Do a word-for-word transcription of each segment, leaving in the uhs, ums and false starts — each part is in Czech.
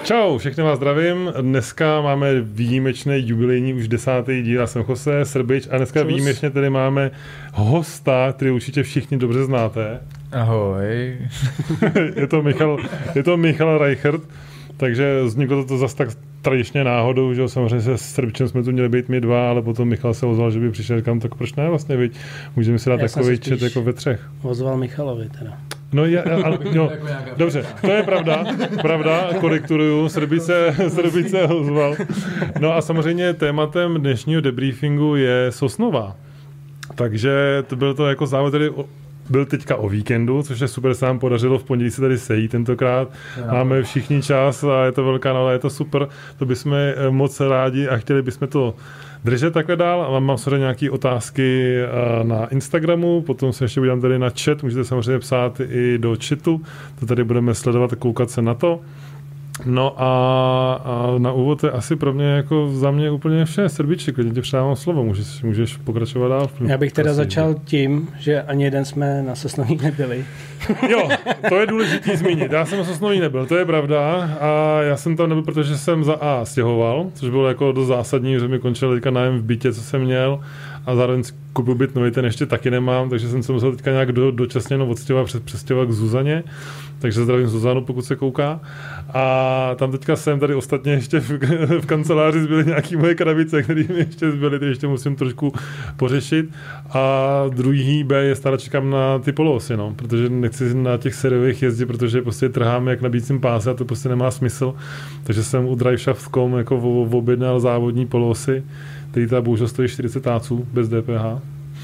Čau, všechny vás zdravím. Dneska máme výjimečný jubilejní už desátý díl. Já jsem Jose Srbič a dneska Čus. Výjimečně tady máme hosta, který určitě všichni dobře znáte. Ahoj. je to Michal, je to Michal Reichert, takže vzniklo to zase tak tradičně náhodou, že samozřejmě se Srbičem jsme tu měli být my dva, ale potom Michal se ozval, že by přišel, říkám, tak proč ne vlastně, viď? Můžeme si dát takový čet jako ve třech. Ozval Michalovi teda. No, je, ale, no dobře, to je pravda, pravda, korekturuju, Srbice, Srbice ozval. No a samozřejmě tématem dnešního debriefingu je Sosnova. Takže to byl to jako závod, který byl teďka o víkendu, což je super, se nám podařilo v pondělí se tady sejít tentokrát. Máme všichni čas a je to velká nálada, je to super. To bychom moc rádi a chtěli bychom to držet takhle dál. A mám samozřejmě nějaké otázky na Instagramu, potom se ještě udělám tady na chat, můžete samozřejmě psát i do chatu, to tady budeme sledovat a koukat se na to. No a, a na úvod je asi pro mě jako za mě úplně vše. Srbiči, klidně ti předávám slovo, můžeš, můžeš pokračovat dál. Já bych teda prosím, začal tím, že ani jeden jsme na Sosnoví nebyli. Jo, to je důležitý zmínit. Já jsem na Sosnoví nebyl, to je pravda. A já jsem tam nebyl, protože jsem za A stěhoval, což bylo jako dost zásadní, že mi končil teďka nájem v bytě, co jsem měl. A zároveň koupil byt nový, ten ještě taky nemám, takže jsem se musel teďka nějak do, dočasně no, odstěhovat, přes, přestěhovat k Zuzaně. Takže zdravím Zuzanu, pokud se kouká. A tam teďka jsem tady ostatně ještě v, v kanceláři zbyly nějaký moje krabice, které mi ještě zbyly, ty ještě musím trošku pořešit. A druhý B je stále čekám na ty polosy, no, protože nechci na těch seriových jezdit, protože prostě trháme jak na bícím páse a to prostě nemá smysl. Takže jsem u driveshaft tečka com jako objednal závodní polosy, který ta bohužel stojí čtyřicet táců bez D P H.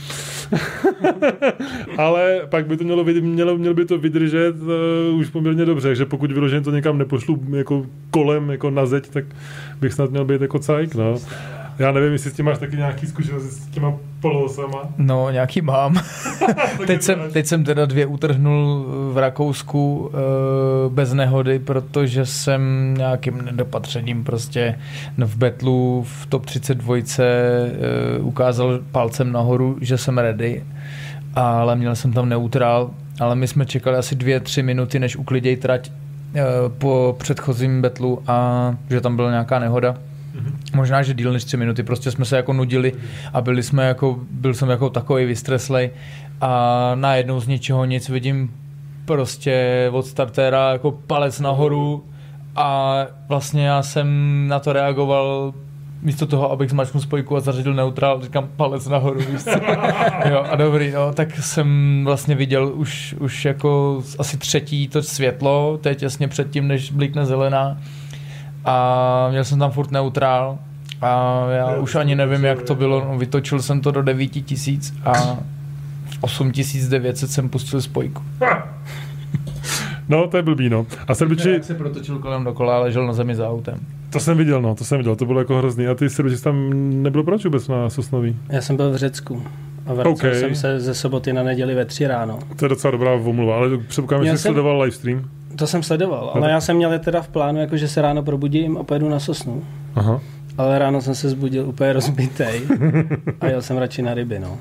Ale pak by to mělo, mělo, mělo by to vydržet uh, už poměrně dobře, takže pokud vyloženě to někam nepošlu jako kolem, jako na zeď, tak bych snad měl být jako cajk, no. Já nevím, jestli s tím máš taky nějaký zkušenosti s těma polosama. No, nějaký mám. teď, jsem, teď jsem teda dvě utrhnul v Rakousku e, bez nehody, protože jsem nějakým nedopatřením prostě v betlu v top třicet dva e, ukázal palcem nahoru, že jsem ready, ale měl jsem tam neutrál, ale my jsme čekali asi dvě, tři minuty, než ukliděj trať e, po předchozím betlu a že tam byla nějaká nehoda. Možná, že díl než tři minuty, prostě jsme se jako nudili a byli jsme jako, byl jsem jako takový vystreslej a najednou z ničeho nic vidím prostě od startéra jako palec nahoru a vlastně já jsem na to reagoval místo toho, abych zmačknul spojku a zařadil neutrál, říkám palec nahoru, víš co? Jo, a dobrý, no, tak jsem vlastně viděl už, už jako asi třetí to světlo, teď jasně předtím, než blikne zelená. A měl jsem tam furt neutrál a já už ani nevím, jak to bylo, no, vytočil jsem to do devět tisíc a osm tisíc devět set jsem pustil spojku. No, to je blbý, no. A Srbiči... Jak se protočil kolem dokola a ležel na zemi za autem. To jsem viděl, no, to jsem viděl, to bylo jako hrozný. A ty Srbiči tam nebyl proč vůbec na Sosnoví? Já jsem byl v Řecku a vracel okay. jsem se ze soboty na neděli ve tři ráno. To je docela dobrá omluva, ale předpokládám, že jsi jsem... sledoval livestream. To jsem sledoval, ale já jsem měl teda v plánu, jako že se ráno probudím a pojedu na Sosnu. Aha. Ale ráno jsem se zbudil úplně rozbitej a jel jsem radši na ryby, no.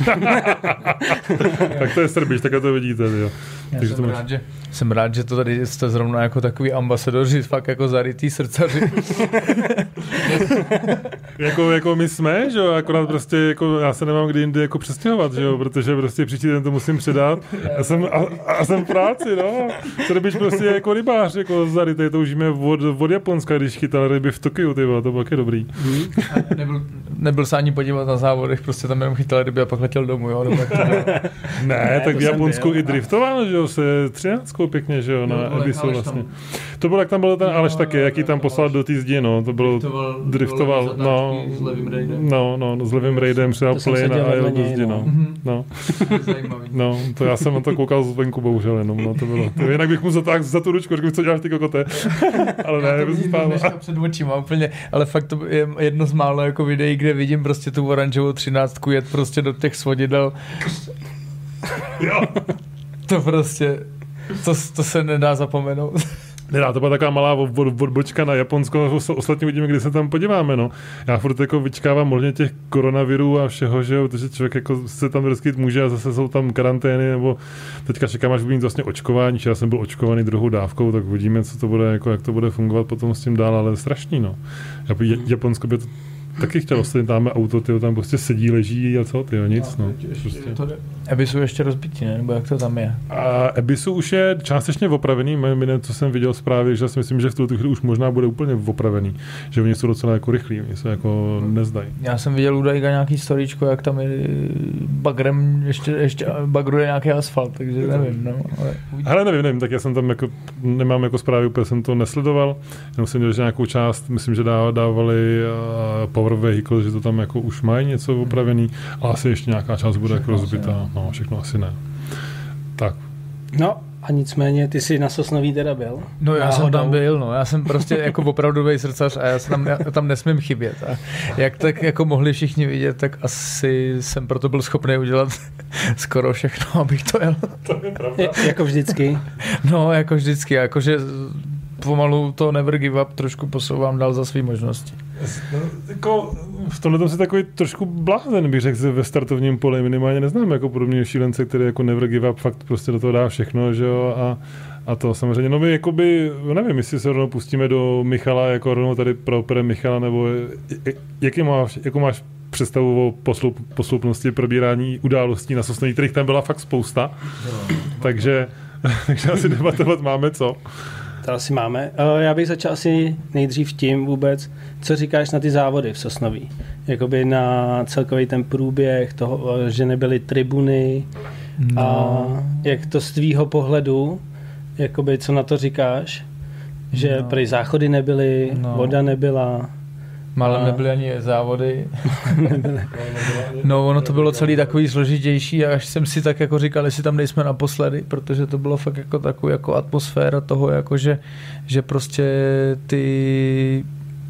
Tak to je Srbiš, tak to vidíte, jo. Já jsem, to rád, máš... že, jsem rád, že to tady jste zrovna jako takový ambasadoři, fakt jako zarytý srdcaři. jako, jako my jsme, že jo, akorát prostě jako já se nemám kdy jindy jako přestěhovat, že jo, protože prostě příští den to musím předat. Já jsem, a, a jsem v práci, no. Srbič prostě jako rybář, jako zarytej, to užíme od, od Japonska, když chytal ryby v Tokiu, ty bylo, to bylo taky dobrý. nebyl, nebyl se ani podívat na závodech, prostě tam jenom chytal ryby a pak letěl domů, jo. Nebo ne, ne, tak v Japonsku i driftoval, že jo, se třináctkou pěkně, že jo, na no, Ebisu vlastně. Tam... To bylo, jak tam byl ten no, Aleš taky, jaký tam poslal do té zdi, no, to bylo, driftoval, driftoval no, s levým raidem. No, no, no, s levým raidem přidal plyn a jel do zdi, no. No. No, to já jsem na to koukal zvenku, bohužel jenom, no, to bylo. To jinak bych mu zatáhl za tu ručku, řekl, co děláš ty kokote. Ale ne, nebys stále. Před očima úplně, ale fakt to je jedno z málo jako videí, kde vidím prostě tu oranžovou třináctku jet prostě do těch svodidel. Jo. To prostě, to, to se nedá zapomenout. Nedá, to byla taková malá odbočka na Japonsko, ostatně vidíme, kdy se tam podíváme, no. Já furt jako vyčkávám možně těch koronavirů a všeho, že jo, protože člověk jako se tam vyskyt může a zase jsou tam karantény, nebo teďka čekám, až budu mít vlastně očkování, já jsem byl očkovaný druhou dávkou, tak uvidíme, co to bude, jako, jak to bude fungovat potom s tím dál, ale strašný, no. Japonsko by to taky chtěl, ostatně tam auto, tyjo, tam prostě sedí, leží a co, tyjo, nic, no. Prostě. Ebisu ještě rozbití, ne? Nebo jak to tam je? A Ebisu už je částečně opravený, mě, co jsem viděl zprávy, že si myslím, že v tuto chvíli už možná bude úplně opravený, že oni jsou docela jako rychlí, oni se jako nezdají. Já jsem viděl u Dajka nějaký storíčko, jak tam je bagrem, ještě, ještě bagruje nějaký asfalt, takže nevím, no. Ale Hele, nevím, nevím, tak já jsem tam jako, nemám jako zprávy, úplně jsem to nesledoval, jenom jsem měl, že nějakou část, myslím, že dávali Power Vehicle, že to tam jako už mají něco opravený, ale asi ještě nějaká část bude jako rozbitá. No, všechno asi ne. Tak. No a nicméně ty jsi na Sosnový teda byl? No já Náhodou. jsem tam byl, no. Já jsem prostě jako opravdový srdcař a já se tam, já tam nesmím chybět. A jak tak jako mohli všichni vidět, tak asi jsem proto byl schopný udělat skoro všechno, abych to jel. To je pravda. Je, jako vždycky. No, jako vždycky. Jakože pomalu to never give up trošku posouvám dál za svý možnosti. No, jako v tomhle tom si takový trošku blázen, bych řekl, ve startovním poli minimálně neznám jako podobně šílence, který jako never give up, fakt prostě do toho dá všechno, že jo, a, a to samozřejmě, no my jakoby, nevím, jestli se rovnou pustíme do Michala, jako rovnou tady pro opere Michala, nebo jaký máš, jako máš představu o posloup, posloupnosti probírání událostí na Sosnoví, kterých tam byla fakt spousta, no. takže, takže asi debatovat máme co. To asi máme. Já bych začal asi nejdřív tím vůbec, co říkáš na ty závody v Sosnoví. Jakoby na celkový ten průběh toho, že nebyly tribuny no. A jak to z tvýho pohledu, jakoby co na to říkáš, že no. Prý záchody nebyly, no. Voda nebyla. Málem a... nebyly ani závody. No ono to bylo celý takový složitější a až jsem si tak jako říkal, jestli tam nejsme naposledy, protože to bylo fakt jako takový jako atmosféra toho, jako že, že prostě ty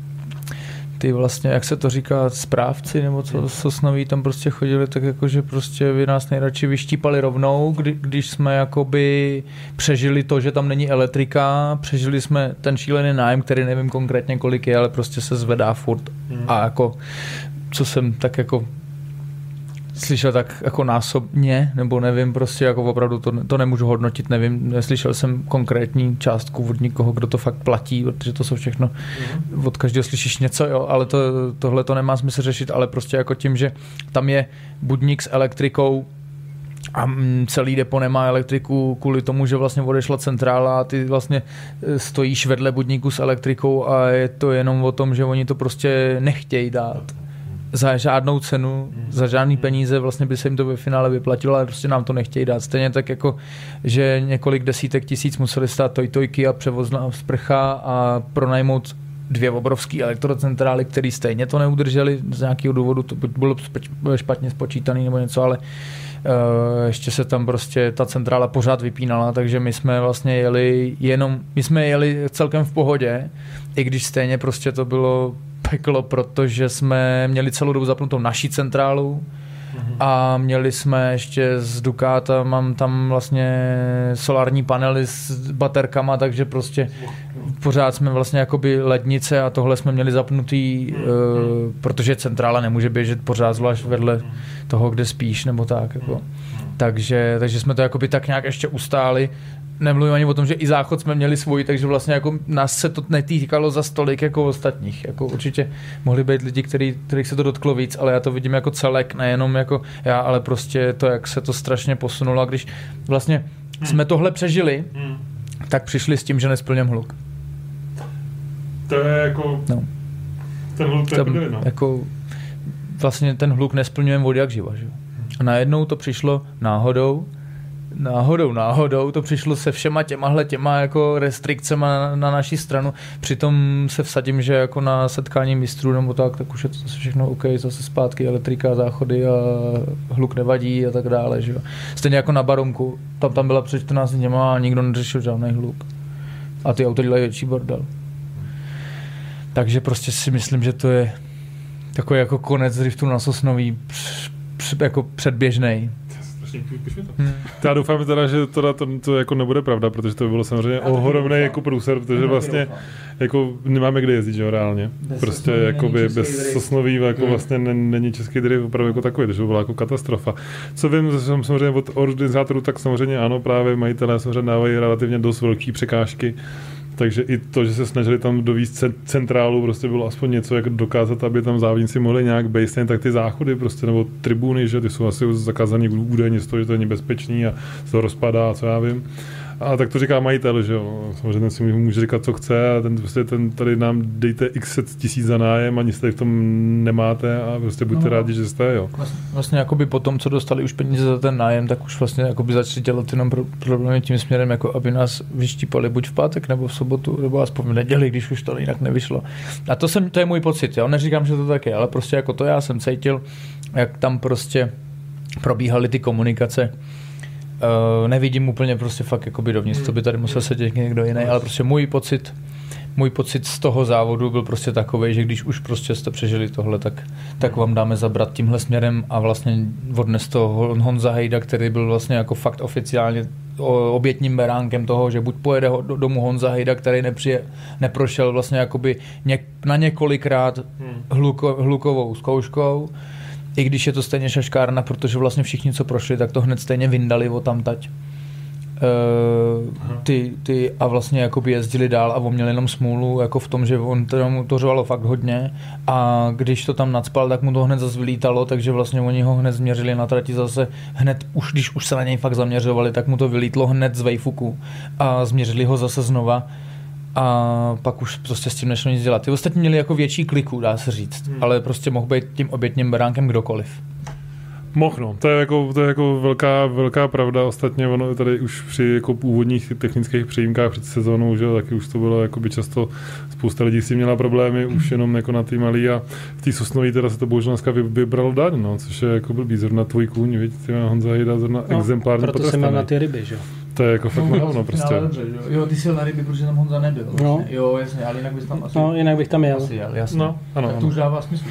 ty vlastně, jak se to říká, správci nebo co Sosnoví tam prostě chodili, tak jako, že prostě vy nás nejradši vyštípali rovnou, kdy, když jsme jakoby přežili to, že tam není elektrika, přežili jsme ten šílený nájem, který nevím konkrétně kolik je, ale prostě se zvedá furt. Hmm. A jako, co jsem tak jako slyšel tak jako násobně, nebo nevím, prostě jako opravdu to, to nemůžu hodnotit, nevím, neslyšel jsem konkrétní částku od nikoho, kdo to fakt platí, protože to jsou všechno, mm. od každého slyšíš něco, jo, ale to, tohle to nemá smysl řešit, ale prostě jako tím, že tam je budník s elektrikou a celý depo nemá elektriku kvůli tomu, že vlastně odešla centrála a ty vlastně stojíš vedle budníku s elektrikou a je to jenom o tom, že oni to prostě nechtějí dát. Za žádnou cenu, za žádný peníze vlastně by se jim to ve finále vyplatilo, ale prostě nám to nechtějí dát. Stejně tak jako, že několik desítek tisíc museli stát tojtojky a převozná sprcha a pronajmout dvě obrovské elektrocentrály, které stejně to neudrželi z nějakého důvodu, to bylo špatně spočítané nebo něco, ale uh, ještě se tam prostě ta centrála pořád vypínala, takže my jsme vlastně jeli jenom, my jsme jeli celkem v pohodě, i když stejně prostě to bylo peklo, protože jsme měli celou dobu zapnutou naší centrálu mm-hmm. a měli jsme ještě z Ducata, mám tam vlastně solární panely s baterkama, takže prostě pořád jsme vlastně jakoby lednice a tohle jsme měli zapnutý, mm-hmm. uh, protože centrála nemůže běžet pořád zvlášť vedle toho, kde spíš, nebo tak. Jako. Mm-hmm. Takže, takže jsme to jakoby tak nějak ještě ustáli. Nemluvím ani o tom, že i záchod jsme měli svůj, takže vlastně jako nás se to netýkalo za stolik jako ostatních. Jako určitě mohli být lidi, který, kterých se to dotklo víc, ale já to vidím jako celek, nejenom jako já, ale prostě to, jak se to strašně posunulo. A když vlastně hmm. jsme tohle přežili, hmm. tak přišli s tím, že nesplněm hluk. To je jako... No. Ten hluk to je Tam, no. Jako vlastně ten hluk nesplňujeme od jak živa. Že? A najednou to přišlo náhodou, Náhodou, náhodou, to přišlo se všema těmahle těma jako restrikcema na, na naší stranu. Přitom se vsadím, že jako na setkání mistrů nebo tak, tak už je to zase všechno OK, zase zpátky elektrika, záchody a hluk nevadí a tak dále. Že? Stejně jako na Barunku, tam, tam byla před čtrnácti dněma a nikdo neřešil žádný hluk. A ty auto dělají větší bordel. Takže prostě si myslím, že to je takový jako konec driftu na Sosnoví, jako předběžnej. Hmm. Já doufám teda, že to, to, to jako nebude pravda, protože to by bylo samozřejmě ohromný jako průser, protože vlastně jako nemáme kde jezdit, že reálně. Bez prostě jakoby bez Sosnoví jako hmm. vlastně není český drift opravdu jako takový, takže to byla jako katastrofa. Co vím, jsem samozřejmě od organizátorů, tak samozřejmě ano, právě majitelé samozřejmě dávají relativně dost velký překážky. Takže i to, že se snažili tam dovízt centrálu, prostě bylo aspoň něco, jak dokázat, aby tam závodníci mohli nějak bejstit, tak ty záchody prostě, nebo tribuny, že ty jsou asi zakázaný údajně z toho, že to je nebezpečný a se to rozpadá, co já vím. A tak to říká majitel, že jo. Samozřejmě ten si může říkat, co chce a ten, prostě ten tady nám dejte x set tisíc za nájem a nic tady v tom nemáte a prostě buďte no, rádi, že jste, jo. Vlastně, vlastně jakoby po tom, co dostali už peníze za ten nájem, tak už vlastně jakoby začali dělat jenom pro, problémy tím směrem, jako aby nás vyštípali buď v pátek nebo v sobotu, nebo aspoň v neděli, když už to jinak nevyšlo. A to, jsem, to je můj pocit, jo. Neříkám, že to tak je, ale prostě jako to já jsem cítil, jak tam prostě probíhaly ty komunikace. Uh, nevidím úplně prostě fakt jakoby dovnitř, to by tady musel sedět někdo jiný, ale prostě můj pocit, můj pocit z toho závodu byl prostě takovej, že když už prostě jste přežili tohle, tak, tak vám dáme zabrat tímhle směrem a vlastně odnes to Honza Hejda, který byl vlastně jako fakt oficiálně obětním beránkem toho, že buď pojede do domu Honza Hejda, který nepřije, neprošel vlastně jakoby něk, na několikrát hluko, hlukovou zkouškou, i když je to stejně šaškárna, protože vlastně všichni, co prošli, tak to hned stejně vyndali odtamtať. Uh, ty, ty a vlastně jakoby jezdili dál a on měl jenom smůlu jako v tom, že on mu to řvalo fakt hodně a když to tam nacpal, tak mu to hned zase vylítalo, takže vlastně oni ho hned změřili na trati zase hned, už když už se na něj fakt zaměřovali, tak mu to vylítlo hned z vejfuku a změřili ho zase znova. A pak už prostě s tím nešlo nic dělat. Ty ostatní měli jako větší kliku, dá se říct, hmm. ale prostě mohl být tím obětním beránkem kdokoliv. Mohl, no. To je jako, to je jako velká, velká pravda. Ostatně ono tady už při jako úvodních technických přijímkách před sezónou, že taky už to bylo jakoby často spousta lidí si měla problémy hmm. už jenom jako na té malý a v té Sosnový teda se to bohužel dneska vybralo daň, no, což je jako blbý, zrovna tvůj kůň, víš, ty Honza Hejda, zrovna no, exemplárně proto jsem měl na ty ryby, že jo. To je jako fakt no, no, no prostě. Dobře, jo. jo, ty jsi na ryby, protože tam Honza nebyl. Vlastně. No. Jo, jasně, ale jinak bys tam asi... No, jinak bych tam jel. Asi jel, jasně. No, ano, tak ano. to už dává smysl.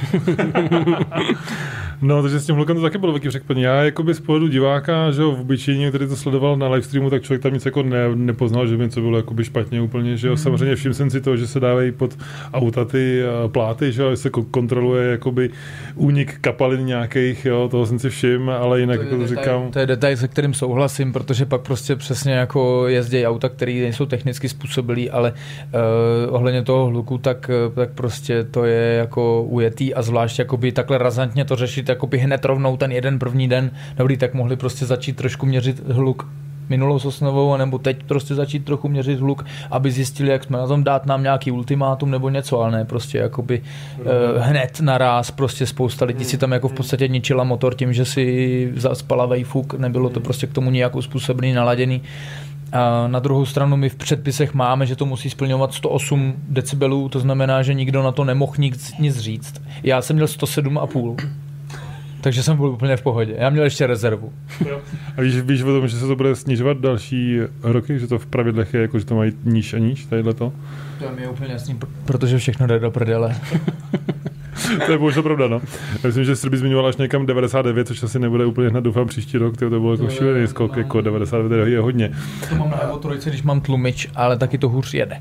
No, takže s tím hlukem to taky bylo velký překvapení. Já jakoby z pohledu diváka, že jo, v obyčejní, který to sledoval na livestreamu, tak člověk tam nic jako ne, nepoznal, že by něco bylo jakoby špatně úplně, že jo. Mm. Samozřejmě všiml jsem si toho, že se dávají pod auta ty pláty, že jo, se kontroluje jakoby únik kapalin nějakých, jo, toho jsem si všiml, ale jinak to jako to říkám. To je detail, se kterým souhlasím, protože pak prostě přesně jako jezdí auta, které nejsou technicky způsobilý, ale uh, ohledně toho hluku, tak, tak prostě to je jako ujetý a zvlášť jakoby takhle razantně to řešit jakoby hned rovnou ten jeden první den, dobrý, tak mohli prostě začít trošku měřit hluk minulou Sosnovou, nebo teď prostě začít trochu měřit hluk, aby zjistili, jak jsme na tom, dát nám nějaký ultimátum nebo něco, ale ne prostě jakoby uh, hned naráz prostě spousta lidí si tam jako v podstatě ničila motor tím, že si zaspala vejfuk, nebylo to prostě k tomu nějak uspůsobený, naladěný. A na druhou stranu my v předpisech máme, že to musí splňovat sto osm decibelů, to znamená, že nikdo na to nemohl nic, nic říct. Já jsem měl sto sedm a půl. Takže jsem byl úplně v pohodě. Já měl ještě rezervu. A víš, víš o tom, že se to bude snižovat další roky? Že to v pravidlech je jako, že to mají níž a níž, tadyhleto? To je mi úplně jasný, protože všechno jde do prdele. To je bohužel pravda, no. Já myslím, že Srbi zmiňoval až někam devadesát devět, což asi nebude úplně hned, doufám, příští rok. To bylo jako šílený skok, jako devadesát devět je hodně. To mám na Evo trojce, když mám tlumič, ale taky to hůř jede.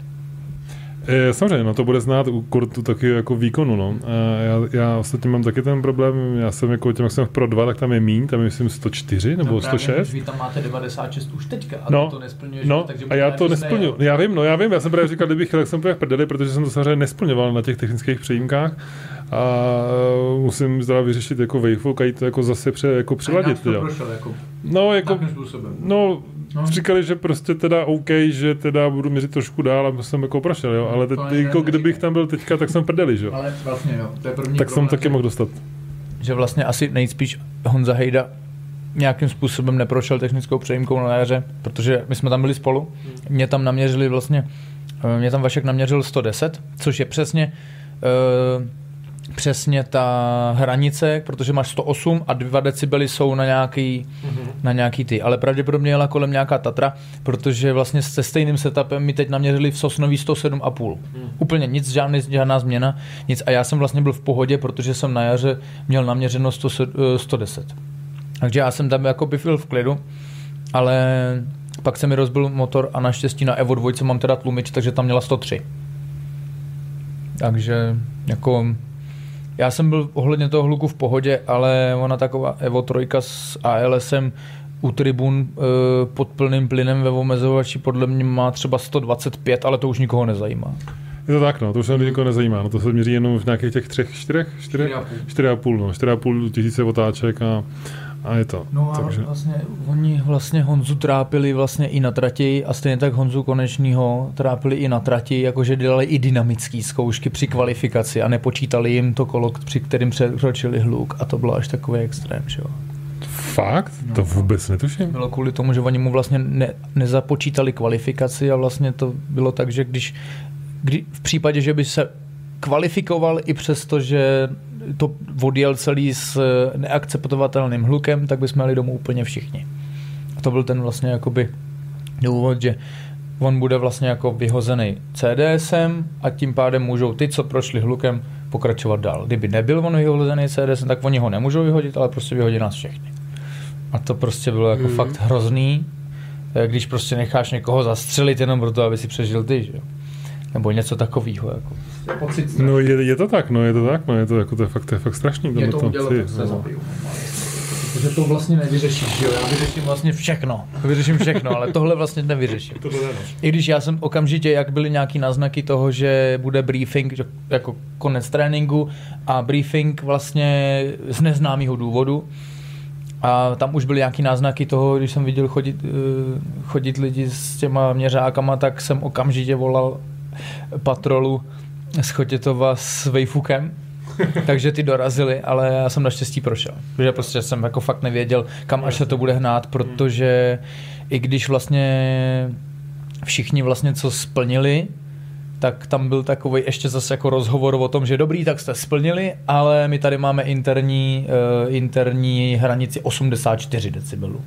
E, samozřejmě, no to bude znát u Kurtu taky jako výkonu, no. E, já, já ostatně mám taky ten problém, já jsem jako těm, jak jsem v Pro dva, tak tam je míň, tam je myslím sto čtyři nebo no, sto šest. Vy tam máte devadesát šest už teďka, a no, to nesplňuješ. No, takže a já to nesplňuji, já vím, no já vím, já jsem právě říkal, kdybych chtěl, jak jsem právě v prdeli, protože jsem to samozřejmě nesplňoval na těch technických přijímkách a musím teda vyřešit jako wayfuk a jít to jako zase pře, jako přiladit. To prošel, jako no, jako, no, no, říkali, že prostě teda OK, že teda budu měřit trošku dál a jsem jako prošel, jo, ale teď, jako kdybych tam byl teďka, tak jsem prdeli, že jo. Ale vlastně jo, to je první tak problém, jsem taky mohl dostat. Že vlastně asi nejspíš Honza Hejda nějakým způsobem neprošel technickou přejímkou na jaře, protože my jsme tam byli spolu, mě tam naměřili vlastně, mě tam Vašek naměřil sto deset, což je přesně uh, přesně ta hranice, protože máš sto osm a dva decibely jsou na nějaký, mm-hmm. na nějaký ty, ale pravděpodobně jela kolem nějaká Tatra, protože vlastně se stejným setupem mi teď naměřili v Sosnoví sto sedm a půl. Mm. Úplně nic, žádný, žádná změna, nic a já jsem vlastně byl v pohodě, protože jsem na jaře měl naměřeno sto deset. Takže já jsem tam jako by byl v klidu, ale pak se mi rozbil motor a naštěstí na Evo dva mám teda tlumič, takže tam měla sto tři. Takže jako já jsem byl ohledně toho hluku v pohodě, ale ona taková Evo tři s ALSem u tribun e, pod plným plynem ve omezovači podle mě má třeba sto dvacet pět, ale to už nikoho nezajímá. Je to tak, no, to už se nikoho nezajímá, no, to se měří jenom v nějakých těch třech, čtyřech, čtyřech, čtyři a půl, no, čtyři a půl tisíce otáček a, a je to. No a takže vlastně oni vlastně Honzu trápili vlastně i na trati a stejně tak Honzu Konečnýho trápili i na trati, jakože dělali i dynamické zkoušky při kvalifikaci a nepočítali jim to kolo, při kterým překročili hluk a to bylo až takový extrém, že jo. Fakt? No, to vůbec netuším. Bylo kvůli tomu, že oni mu vlastně ne, nezapočítali kvalifikaci a vlastně to bylo tak, že když, kdy, v případě, že by se kvalifikoval i přesto, že to odjel celý s neakceptovatelným hlukem, tak bychom jeli domů úplně všichni. A to byl ten vlastně jakoby důvod, že on bude vlastně jako vyhozený C D S em a tím pádem můžou ty, co prošli hlukem, pokračovat dál. Kdyby nebyl on vyhozený C D S em, tak oni ho nemůžou vyhodit, ale prostě vyhodí nás všechny. A to prostě bylo jako mm. fakt hrozný, když prostě necháš někoho zastřelit jenom proto, aby si přežil ty, že jo. Nebo něco takového. Jako. Pocit, no je, je to tak, no je to tak, no je to, jako, to je fakt, to je fakt strašný. Je to udělat, tak se zabiju. Protože to vlastně nevyřešíš, jo. Já vyřeším vlastně všechno. Vyřeším všechno, ale tohle vlastně nevyřeším. I když já jsem okamžitě, jak byly nějaký náznaky toho, že bude briefing, jako konec tréninku a briefing vlastně z neznámého důvodu. A tam už byly nějaký náznaky toho, když jsem viděl chodit, chodit lidi s těma měřákama, tak jsem okamžitě volal patrolu z Chotětova s Vejfukem, takže ty dorazili, ale já jsem naštěstí prošel, protože prostě jsem jako fakt nevěděl, kam až se to bude hnát, protože i když vlastně všichni vlastně co splnili, tak tam byl takový ještě zase jako rozhovor o tom, že dobrý, tak jste splnili, ale my tady máme interní, uh, interní hranici osmdesát čtyři decibelů.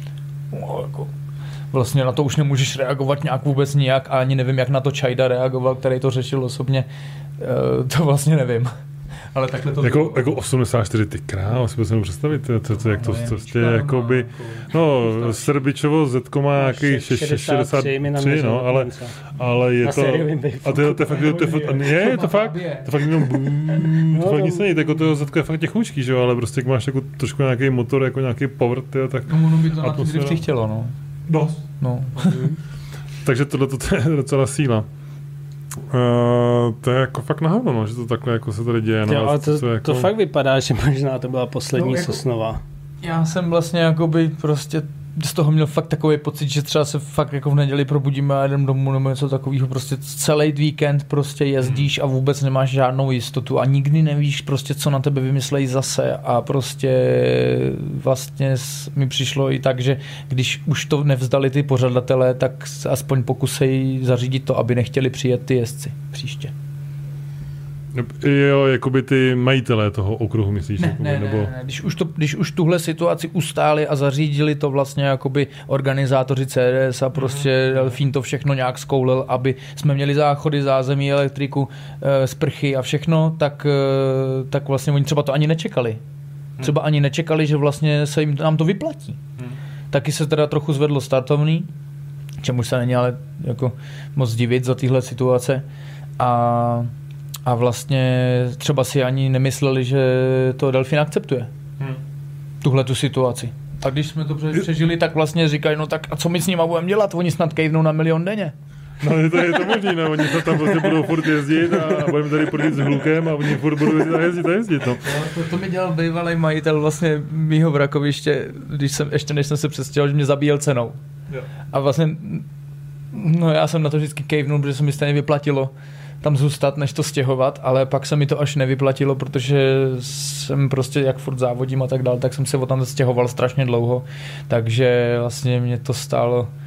No, jako vlastně na to už nemůžeš reagovat nějak vůbec nijak a ani nevím, jak na to Čajda reagoval, který to řešil osobně. Uh, to vlastně nevím. Ale takhle to jako, jako osmdesát čtyři, ty král, si musím představit, to, to, to, jak to, to, to je jakoby, no, Srbičovo Zetko má nějaký šedesát tři, no, ale, ale je to, a to je to fakt, to je to fakt, to fakt jenom, to fakt nic není, jako to Zetko je fakt těchoučký, že jo, ale prostě jak máš jako trošku nějaký motor, jako nějaký power, tyjo, tak no, ono by to na ty drifty chtělo, no. Dost. No. Takže tohle to je docela síla. Uh, to je jako fakt nahovno, no, že to takhle jako se tady děje. No, jo, ale to, to, jako... to fakt vypadá, že možná to byla poslední no, jako, Sosnova. Já jsem vlastně jakoby prostě z toho měl fakt takový pocit, že třeba se fakt jako v neděli probudíme a jdem domů nebo něco takového. Prostě celý víkend prostě jezdíš a vůbec nemáš žádnou jistotu a nikdy nevíš prostě, co na tebe vymyslejí zase a prostě vlastně mi přišlo i tak, že když už to nevzdali ty pořadatelé, tak aspoň pokusej zařídit to, aby nechtěli přijet ty jezdci příště. Jo, jakoby ty majitelé toho okruhu, myslíš? Ne, jakoby, ne, nebo... ne, ne. Když, už to, když už tuhle situaci ustáli a zařídili to vlastně jakoby organizátoři C D S a prostě Delfín to všechno nějak zkoulil, aby jsme měli záchody, zázemí, elektriku, e, sprchy a všechno, tak, e, tak vlastně oni třeba to ani nečekali. Třeba ani nečekali, že vlastně se jim nám to vyplatí. Hmm. Taky se teda trochu zvedlo startovný, čemuž se není ale jako moc divit za tyhle situace. A A vlastně třeba si ani nemysleli, že to Delfín akceptuje. Hmm. Tuhle tu situaci. A když jsme to přežili, tak vlastně říkají, no tak a co my s nima budeme dělat? Oni snad kejvnou na milion denně. No je to, je to možný, no. Oni se tam prostě budou furt jezdit a budeme tady prodit s hlukem a oni furt budou jezdit a jezdit a jezdit. No. No, to, to mi dělal bývalý majitel vlastně mýho vrakoviště, když jsem, ještě než jsem se přestěhoval, že mě zabíjel cenou. Jo. A vlastně, no já jsem na to vždycky kejvnul, protože se mi stejně vyplatilo tam zůstat, než to stěhovat, ale pak se mi to až nevyplatilo, protože jsem prostě, jak furt závodím a tak dál, tak jsem se o tam stěhoval strašně dlouho, takže vlastně mě to stálo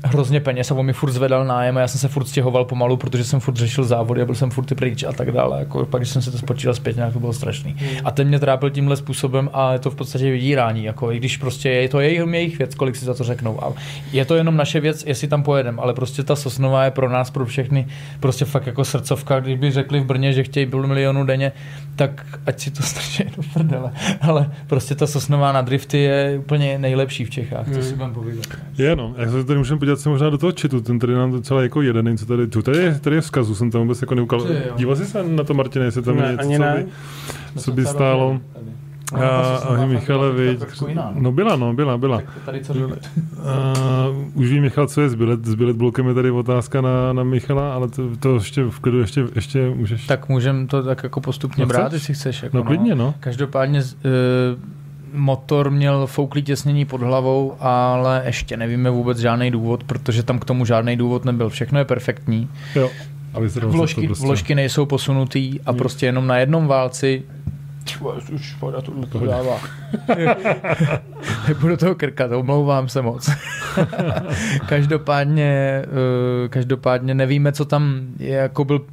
hrozně peněz a on mi furt zvedal nájem a já jsem se furt stěhoval pomalu, protože jsem furt řešil závody a byl jsem furt ty pryč a tak dále. Jako, pak když jsem se to spočítal zpětně, to bylo strašný. A ten mě trápil tímhle způsobem a je to v podstatě vydírání, jako i když prostě je to jejich, jejich věc, kolik si za to řeknou. A je to jenom naše věc, jestli tam pojedeme, ale prostě ta Sosnová je pro nás, pro všechny prostě fakt jako srdcovka. Kdyby řekli v Brně, že chtějí půl milionu denně, tak ať si to strčí do prdele. Ale prostě ta Sosnová na drifty je úplně nejlepší v Čechách, co si vám povídat. Je no, jak se tady můžeme podívat se možná do toho chatu, ten tady nám docela jako jeden, co tady, tu, tady, je, tady je vzkazu, jsem tam vůbec jako neukal. Díval jsi se na to, Martine, jestli tam ne, je něco, co by, co by stálo? A, a Michale, viď, no byla, no, byla, byla. Tak tady co říkat? Už ví Michal, co je s bilet, s bilet blokem je tady otázka na, na Michala, ale to, to ještě v klidu ještě, ještě můžeš. Tak můžem to tak jako postupně no, brát, jestli chceš. Jako no klidně, no. Každopádně uh, motor měl fouklý těsnění pod hlavou, ale ještě nevíme vůbec žádný důvod, protože tam k tomu žádný důvod nebyl. Všechno je perfektní. Jo. Vložky, prostě. Vložky nejsou posunutý a hmm. prostě jenom na jednom válci už voda tohle to dává. Budu toho krkat, omlouvám se moc. každopádně, každopádně nevíme, co tam je, jako byl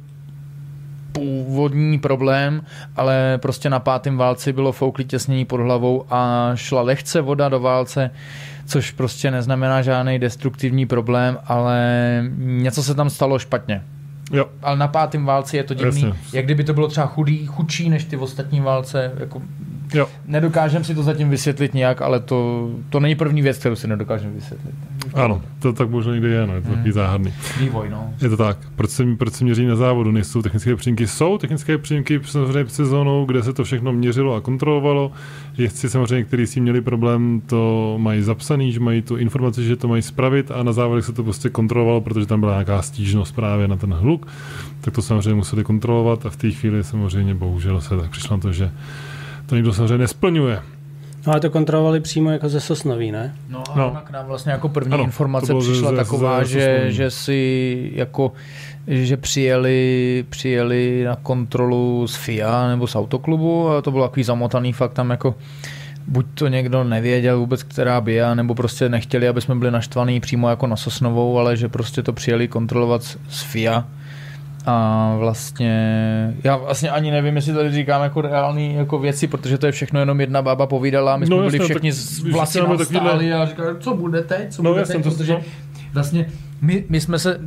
původní problém, ale prostě na pátém válci bylo fouklý těsnění pod hlavou a šla lehce voda do válce, což prostě neznamená žádný destruktivní problém, ale něco se tam stalo špatně. Jo. Ale na pátém válci je to divný, Jasně. jak kdyby to bylo třeba chudý, chudší než ty ostatní válce. Jako jo. Nedokážem si to zatím vysvětlit nějak, ale to, to není první věc, kterou si nedokážem vysvětlit. Ano, to tak možná někdy je, no, je to hmm. takový záhadný. Vývoj, no. Je to tak. Proč se, proč se měří na závodu? Nejsou technické přímky? Jsou technické přímky samozřejmě před sezónou, kde se to všechno měřilo a kontrolovalo. Jezdci samozřejmě, kteří si měli problém, to mají zapsaný, že mají tu informaci, že to mají spravit a na závodech se to prostě kontrolovalo, protože tam byla nějaká stížnost právě na ten hluk. Tak to samozřejmě museli kontrolovat a v té chvíli samozřejmě bohužel se tak přišlo na to, že to nikdo samozřejmě nesplňuje. No ale to kontrolovali přímo jako ze Sosnoví, ne? No a no. k nám vlastně jako první ano, informace přišla ze, taková, ze, že, že si jako, že přijeli, přijeli na kontrolu z F I A nebo z autoklubu a to bylo takový zamotaný fakt tam jako buď to někdo nevěděl vůbec, která B I A, nebo prostě nechtěli, aby jsme byli naštvaný přímo jako na Sosnovou, ale že prostě to přijeli kontrolovat z F I A. A vlastně, já vlastně ani nevím, jestli tady říkám jako reální jako věci, protože to je všechno jenom jedna bába povídala, my jsme no, byli jasně, všichni z vlasy nám stáli a říkali, co bude teď, co no, bude jasně, teď, to protože to... vlastně my, my jsme se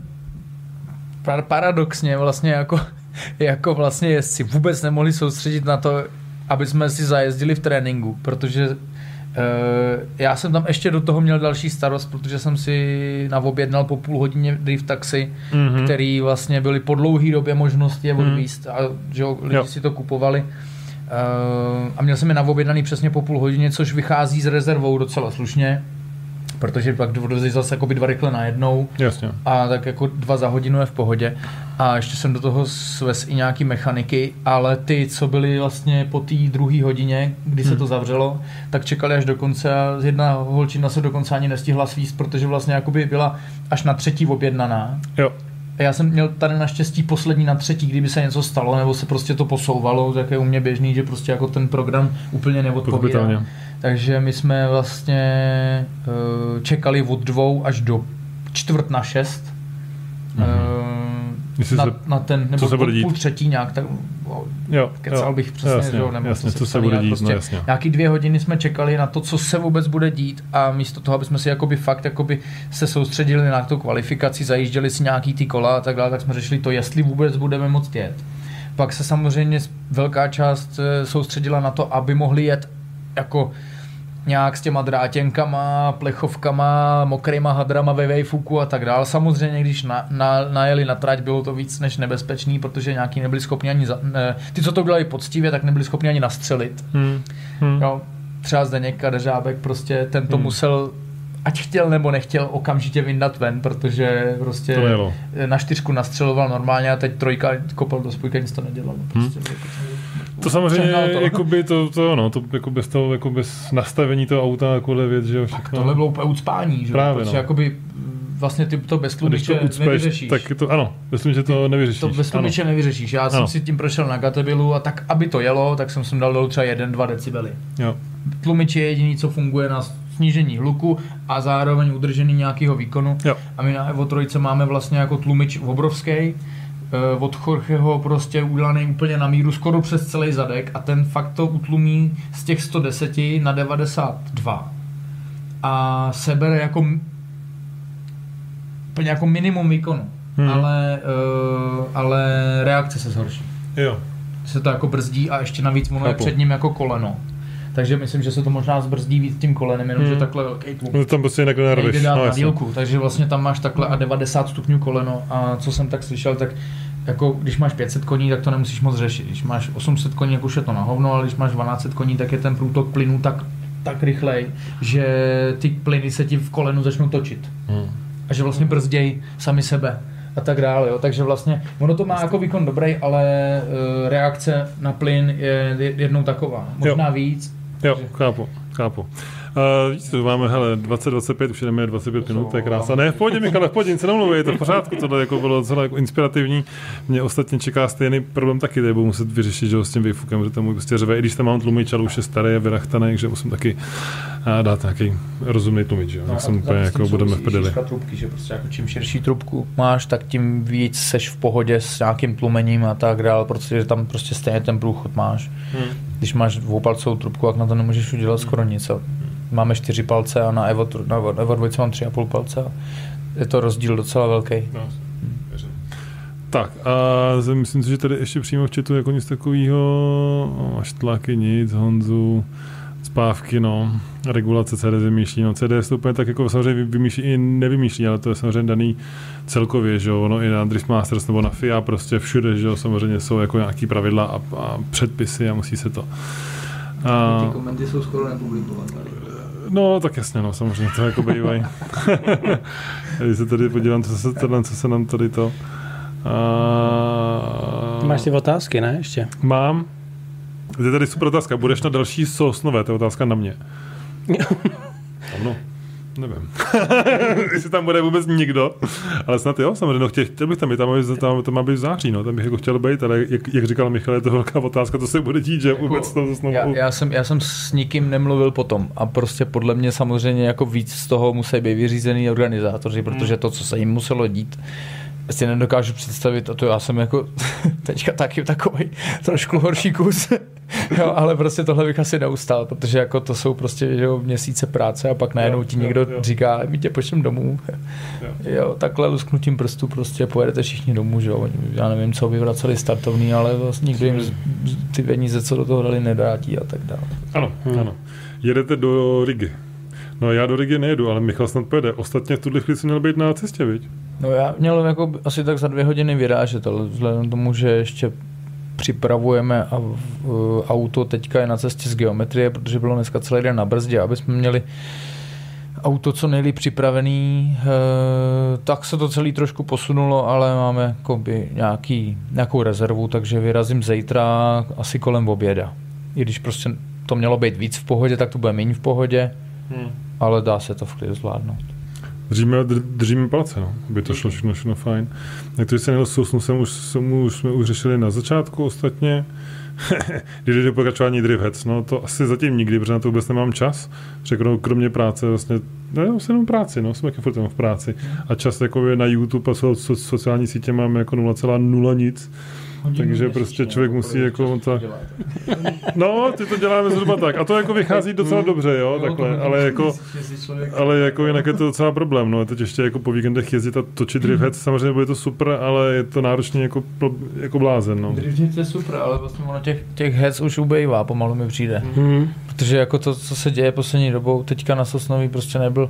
paradoxně vlastně jako, jako vlastně jezdci vůbec nemohli soustředit na to, aby jsme si zajezdili v tréninku, protože Uh, já jsem tam ještě do toho měl další starost, protože jsem si naobjednal po půl hodině drift taxi, mm-hmm. který vlastně byly po dlouhý době možnosti je odvízt a že lidi jo. si to kupovali. Uh, a měl jsem je naobjednaný přesně po půl hodině, což vychází s rezervou docela slušně, protože pak dovezli zase jako by dva rychle najednou. Jasně. A tak jako dva za hodinu je v pohodě. A ještě jsem do toho svez i nějaký mechaniky, ale ty, co byly vlastně po té druhé hodině, kdy se hmm. to zavřelo, tak čekali až do konce a jedna holčina se dokonce ani nestihla svíst, protože vlastně jakoby byla až na třetí objednaná. Jo. A já jsem měl tady naštěstí poslední na třetí, kdyby se něco stalo, nebo se prostě to posouvalo, tak je u mě běžný, že prostě jako ten program úplně neodpovídá. Takže my jsme vlastně uh, čekali od dvou až do čtvrt na šest. Mm-hmm. Uh, na, na ten, nebo půl, půl třetí nějak, tak jo, kecal jo, bych přesně, jasně, že, nebo jasně, co, co se bude dít, prostě no jasně. Nějaký dvě hodiny jsme čekali na to, co se vůbec bude dít a místo toho, aby jsme si jakoby fakt jakoby se soustředili na tu kvalifikaci, zajížděli si nějaký ty kola a tak dále, tak jsme řešili to, jestli vůbec budeme moct jet. Pak se samozřejmě velká část soustředila na to, aby mohli jet jako nějak s těma drátěnkama, plechovkama, mokrýma hadrama ve vejfuku a tak dál. Samozřejmě, když na, na, najeli na trať, bylo to víc než nebezpečný, protože nějaký nebyli schopni ani, za, ne, ty, co to dělali poctivě, tak nebyli schopni ani nastřelit. Hmm. Hmm. No, třeba Zdeněk Kadeřábek, prostě ten to hmm. musel, ať chtěl nebo nechtěl, okamžitě vyndat ven, protože prostě na čtyřku nastřeloval normálně a teď trojka kopal do spojka, nic to nedělalo. Prostě hmm. To samozřejmě, to. Jakoby to, to, no, to jako bez toho, jako bez nastavení toho auta, takovouhle věc, že jo, všechno. Tak tohle bylo úplně ucpání, že jo, protože no. jakoby vlastně ty to bez tlumiče nevyřešíš. Tak to, ano, bez tlumiče to nevyřešíš. To bez tlumiče nevyřešíš. Já ano. jsem si tím prošel na Gatebilu a tak, aby to jelo, tak jsem sem dal dolů třeba jeden, dva decibely. Jo. Tlumič je jediný, co funguje na snížení hluku a zároveň udržení nějakého výkonu. Jo. A my na Evo tři máme vlastně jako tlumič obrovský, od Jorgeho prostě udělaný úplně na míru, skoro přes celý zadek a ten fakt to utlumí z těch sto deset na devadesát dva a sebere jako úplně jako minimum výkonu, hmm. ale, uh, ale reakce se zhorší. Jo. Se to jako brzdí a ještě navíc ono je před ním jako koleno. Takže myslím, že se to možná zbrzdí víc tím kolenem, jenomže hmm. takhle velký tlum. No tam prostě jinak nervíš. Nejde dát no, na dílku, takže vlastně tam máš takhle a devadesát stupňů koleno a co jsem tak slyšel, tak jako když máš pět set koní, tak to nemusíš moc řešit. Když máš osm set koní, jak už je to na hovno, ale když máš dvanáct set koní, tak je ten průtok plynů tak, tak rychlej, že ty plyny se ti v kolenu začnou točit. Hmm. A že vlastně brzděj sami sebe a tak dále, jo. Takže vlastně ono to má jako výkon dobrý, ale uh, reakce na plyn je jednou taková, možná jo. víc. Jo, takže... chápu, chápu. Uh, víš co, máme, hele, dvacet dvacet pět, už jdeme dvacet pět minut, to je krása. Ne, v pohodě, Michale, v pohodě, nic se nemluvě, je to v pořádku, tohle jako bylo docela jako inspirativní. Mě ostatně čeká stejný problém taky, tady budu muset vyřešit, že ho s tím výfukem, že to můj prostě řeve, i když tam mám tlumič, ale už je starý a vyrachtaný, takže musím taky uh, dát nějaký rozumný tlumič, jo. No, jsem úplně jako budeme v prdeli. Trubky, že prostě jako čím širší trubku máš, tak tím víc seš v pohodě s nějakým tlumením a tak dále, protože tam prostě stejně ten průchod máš. Hmm. Když máš dvoupalcovou trubku, tak na to nemůžeš udělat hmm. skoro nic. Máme čtyři palce a na Evo, na Evo dva mám tři a půl palce a je to rozdíl docela velký. No, hmm. Tak a myslím si, že tady ještě přímo v chatu jako nic takového, až tlaky nic, Honzu, spávky, no, regulace C D vymýšlí, no C D to úplně tak jako samozřejmě vymýšlí i nevymýšlí, ale to je samozřejmě daný celkově, že jo, ono i na Drift Masters nebo na F I A prostě všude, že jo, samozřejmě jsou jako nějaký pravidla a, a předpisy a musí se to. A ty komenty jsou skoro nepublikované. No, tak jasně, no, samozřejmě, to jako bývají. Když se tady podívám, co se, tady, co se nám tady to... A... Máš ty otázky, ne, ještě? Mám. Je tady super otázka, budeš na další Sosnové, to je otázka na mě. No, nevím. Jestli tam bude vůbec nikdo, ale snad jo, samozřejmě, no, chtěl, chtěl bych tam být, tam, tam to má být v září, no, tam bych jako chtěl být, ale jak, jak říkal Michal, je to velká otázka, to se bude dít, že jako, vůbec to znovu... Já, já, jsem, já jsem s nikým nemluvil potom a prostě podle mě samozřejmě jako víc z toho musí být vyřízený organizátoři, protože to, co se jim muselo dít, si nedokážu představit a to já jsem jako teďka taky takový trošku horší kus, jo, ale prostě tohle bych asi neustal, protože jako to jsou prostě že jo, měsíce práce a pak najednou ti někdo jo, jo. říká, my tě pošlem domů, jo. jo, takhle lusknutím prstů prostě pojedete všichni domů, že jo, já nevím, co vyvraceli startovní, ale vlastně nikdo jim ty peníze, co do toho dali, nedátí a tak dále. Ano, hmm. ano. Jedete do Rigy. No já do Rigy nejedu, ale Michal snad pojede. Ostatně v tuhle chvíli si měl být na cestě, viď? No já měl jako asi tak za dvě hodiny vyrážet, ale vzhledem tomu, že ještě připravujeme a v, auto teďka je na cestě z geometrie, protože bylo dneska celý den na brzdě, aby jsme měli auto co nejlíp připravený, e, tak se to celý trošku posunulo, ale máme jakoby nějaký, nějakou rezervu, takže vyrazím zítra asi kolem oběda. I když prostě to mělo být víc v pohodě, tak to bude méně v pohodě, hmm. ale dá se to v klidu zvládnout. Držíme, držíme palce, no, aby to šlo všechno, všechno fajn. Jak to, že se nejel sousnu, jsem už, jsem už, jsme už řešili na začátku ostatně. Když jde do pokračování Drivheads, no to asi zatím nikdy, protože na to vůbec nemám čas. Řeknu, kromě práce vlastně, no jsem jenom práci, no, jsem taky furt v práci. A čas jako na YouTube a so, so, sociální sítě máme jako nula celá nula nic. Takže prostě člověk musí jako tak... No, ty to děláme zhruba tak. A to jako vychází docela dobře, jo, takhle. Ale jako, ale jako jinak je to docela problém, no. Teď ještě jako po víkendech jezdit a točit Drivheads, samozřejmě bude to super, ale je to náročně jako, jako blázen, no. Drivheads je super, ale vlastně ono těch, těch heads už ubejvá, pomalu mi přijde. Mm. Protože jako to, co se děje poslední dobou, teďka na Sosnoví prostě nebyl...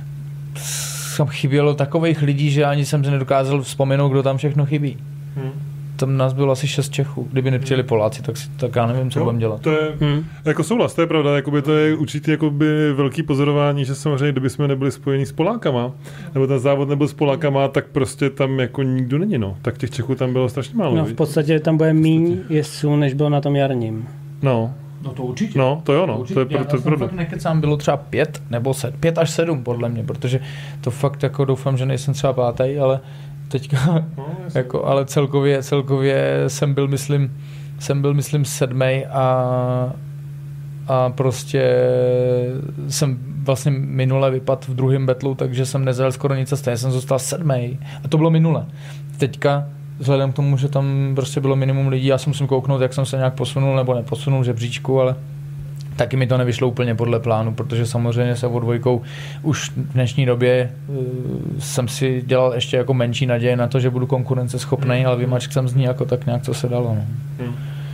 Tam chybělo takových lidí, že ani jsem si nedokázal vzpomenout, kdo tam všechno chybí. Mm. Tam nás bylo asi šest Čechů. Kdyby nepřijeli Poláci, tak, si, tak já nevím, co budeme dělat. To je hmm. jako souhlas, to je pravda. Jakoby to je určitě jakoby velký pozorování, že samozřejmě, kdyby jsme nebyli spojení s Polákama, nebo ten závod nebyl s Polákama, tak prostě tam jako nikdo není. No. Tak těch Čechů tam bylo strašně málo. No, v podstatě tam bude míň jezdců, než bylo na tom jarním. No. No to určitě. No, to jo, no. To, to je, já, to je já fakt nekecám, bylo třeba pět, nebo set, pět až sedm, podle mě, protože to fakt jako doufám, že nejsem třeba pátý, ale teďka, no, jako, ale celkově, celkově jsem byl, myslím, jsem byl, myslím, sedmej a, a prostě jsem vlastně minule vypadl v druhém betlu, takže jsem nezajel skoro nic a stejně jsem zůstal sedmý. A to bylo minule. Teďka vzhledem k tomu, že tam prostě bylo minimum lidí, já si musím kouknout, jak jsem se nějak posunul nebo neposunul v žebříčku, ale taky mi to nevyšlo úplně podle plánu, protože samozřejmě se o dvojkou už v dnešní době uh, jsem si dělal ještě jako menší naděje na to, že budu konkurenceschopný, ale vymačk jsem z ní jako tak nějak, co se dalo. No. Hmm.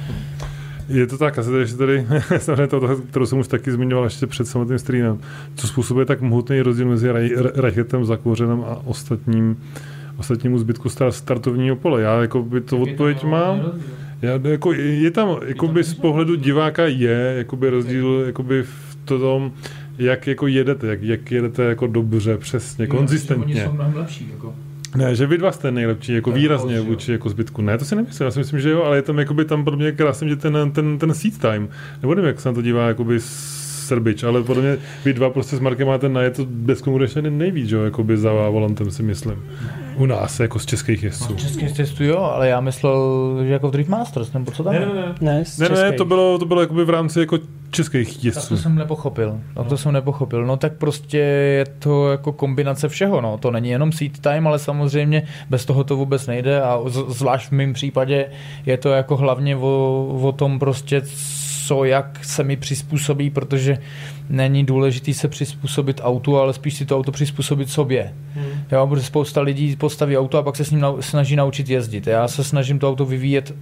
Je to tak, asi tady, ještě tady samozřejmě to, kterou jsem už taky zmiňoval ještě před samotným streamem, co způsobuje tak mohutný rozdíl mezi Reichetem, Zakouřenem a ostatním, ostatnímu zbytku startovního pole. Já jako by to odpověď mám. Já, jako, je tam, jakoby z pohledu diváka je jakoby rozdíl jakoby v tom, jak jako jedete, jak, jak jedete jako dobře, přesně, konzistentně. Oni jsou mnohem lepší, jako. Ne, že vy dva jste nejlepší, jako výrazně vůči jako zbytku. Ne, to si nemyslím, já si myslím, že jo, ale je tam jakoby tam pro mě krásně, že ten, ten, ten seat time, nebo nevím, jak se na to dívá jakoby Srbič, ale podle mě vy dva prostě s Markem máte na je to bezkonkurenčně nejvíc, jo, jakoby za volantem si myslím. U nás, jako z českých jezdců. No, českých jezdců jo, ale já myslel, že jako v Drift Masters, nebo co tam? Ne, ne, ne, ne, ne, ne to bylo, to bylo jakoby v rámci jako českých jezdců. Tak to jsem nepochopil, tak to jsem nepochopil. No tak prostě je to jako kombinace všeho, no. To není jenom seat time, ale samozřejmě bez toho to vůbec nejde a zvlášť v mém případě je to jako hlavně o, o tom prostě, co jak se mi přizpůsobí, protože není důležitý se přizpůsobit autu, ale spíš si to auto přizpůsobit sobě. Hmm. Jo, protože spousta lidí postaví auto a pak se s ním nau- snaží naučit jezdit. Já se snažím to auto vyvíjet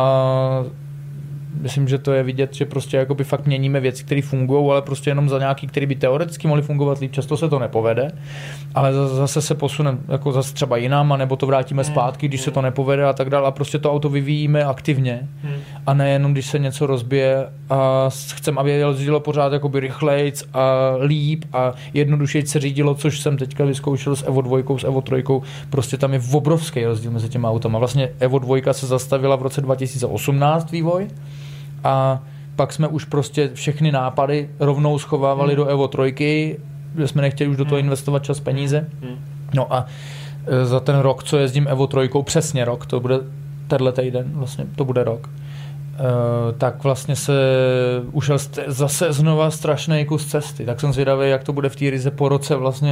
a myslím, že to je vidět, že prostě jakoby fakt měníme věci, které fungují, ale prostě jenom za nějaký, které by teoreticky mohly fungovat líp. Často se to nepovede, ale zase se posuneme jako zase třeba jinam, nebo to vrátíme zpátky, když se to nepovede a tak dále. A prostě to auto vyvíjíme aktivně a nejenom, když se něco rozbije a chcem, aby jezdilo pořád jakoby rychlejc a líp a jednodušeji se řídilo, což jsem teďka vyzkoušel s Evo dva, s Evo tři. Prostě tam je obrovský rozdíl mezi těma autama. Vlastně Evo dva se zastavila v roce dva tisíce osmnáct vývoj. A pak jsme už prostě všechny nápady rovnou schovávali hmm. do Evo tři, že jsme nechtěli už do toho investovat čas, peníze. Hmm. No a za ten rok, co jezdím Evo tři, přesně rok, to bude tenhle týden, vlastně to bude rok, tak vlastně se ušel zase znova strašný kus cesty. Tak jsem zvědavý, jak to bude v té Rize po roce vlastně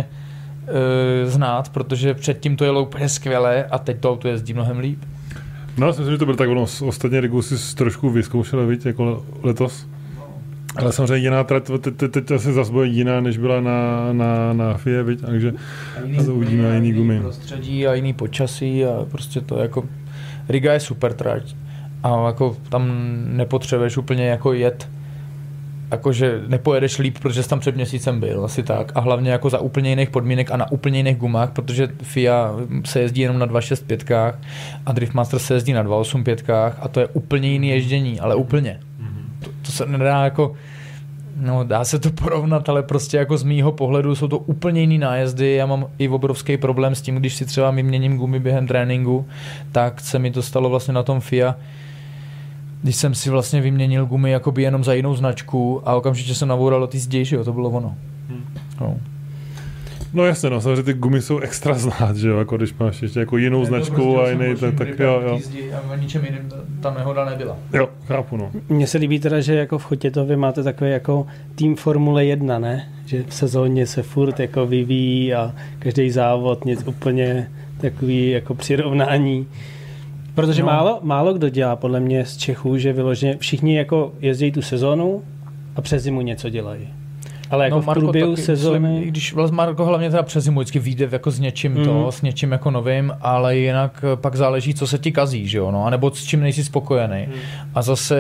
znát, protože předtím to jelo úplně skvěle a teď to auto jezdí mnohem líp. No, myslím, že to bylo tak, ono ostatně Rigu si trošku vyzkoušel, víc, jako letos. Ale samozřejmě jiná trať, teď, teď asi zase bude jiná, než byla na, na, na F I E, víc, takže to uvidíme, a jiný gumy. Prostředí a jiný počasí a prostě to jako... Riga je super trať a jako tam nepotřebuješ úplně jako jet, jakože nepojedeš líp, protože jsi tam před měsícem byl, asi tak. A hlavně jako za úplně jiných podmínek a na úplně jiných gumách, protože F I A se jezdí jenom na dva šest pět a Driftmaster se jezdí na dva osm pět a to je úplně jiný ježdění, ale úplně. To, to se nedá jako, no dá se to porovnat, ale prostě jako z mýho pohledu jsou to úplně jiný nájezdy. Já mám i obrovský problém s tím, když si třeba vyměním gumy během tréninku, tak se mi to stalo vlastně na tom F I A, když jsem si vlastně vyměnil gumy jakoby jenom za jinou značku a okamžitě jsem navoural do té zdi, že jo, to bylo ono. Hmm. No. No jasně, no, samozřejmě ty gumy jsou extra znát, že jo, jako když máš ještě jako jinou ne, značku prostě a jiný, tak, tak jo, jo. A ničem jiným ta nehoda nebyla. Jo, chápu, no. Mně se líbí teda, že jako v Chotětově máte takový jako tým Formule jedna, ne? Že v sezóně se furt jako vyvíjí a každý závod něco úplně takový jako přirovnání. Protože no. málo, málo kdo dělá podle mě z Čechů, že vyloženě všichni jako jezdí tu sezónu a přes zimu něco dělají. Ale jako no, v průběhu sezóny... Když vlastně Marko hlavně teda přes zimu vždycky vyjde jako s něčím mm. to, s něčím jako novým, ale jinak pak záleží, co se ti kazí, že jo, no, anebo s čím nejsi spokojený. Mm. A zase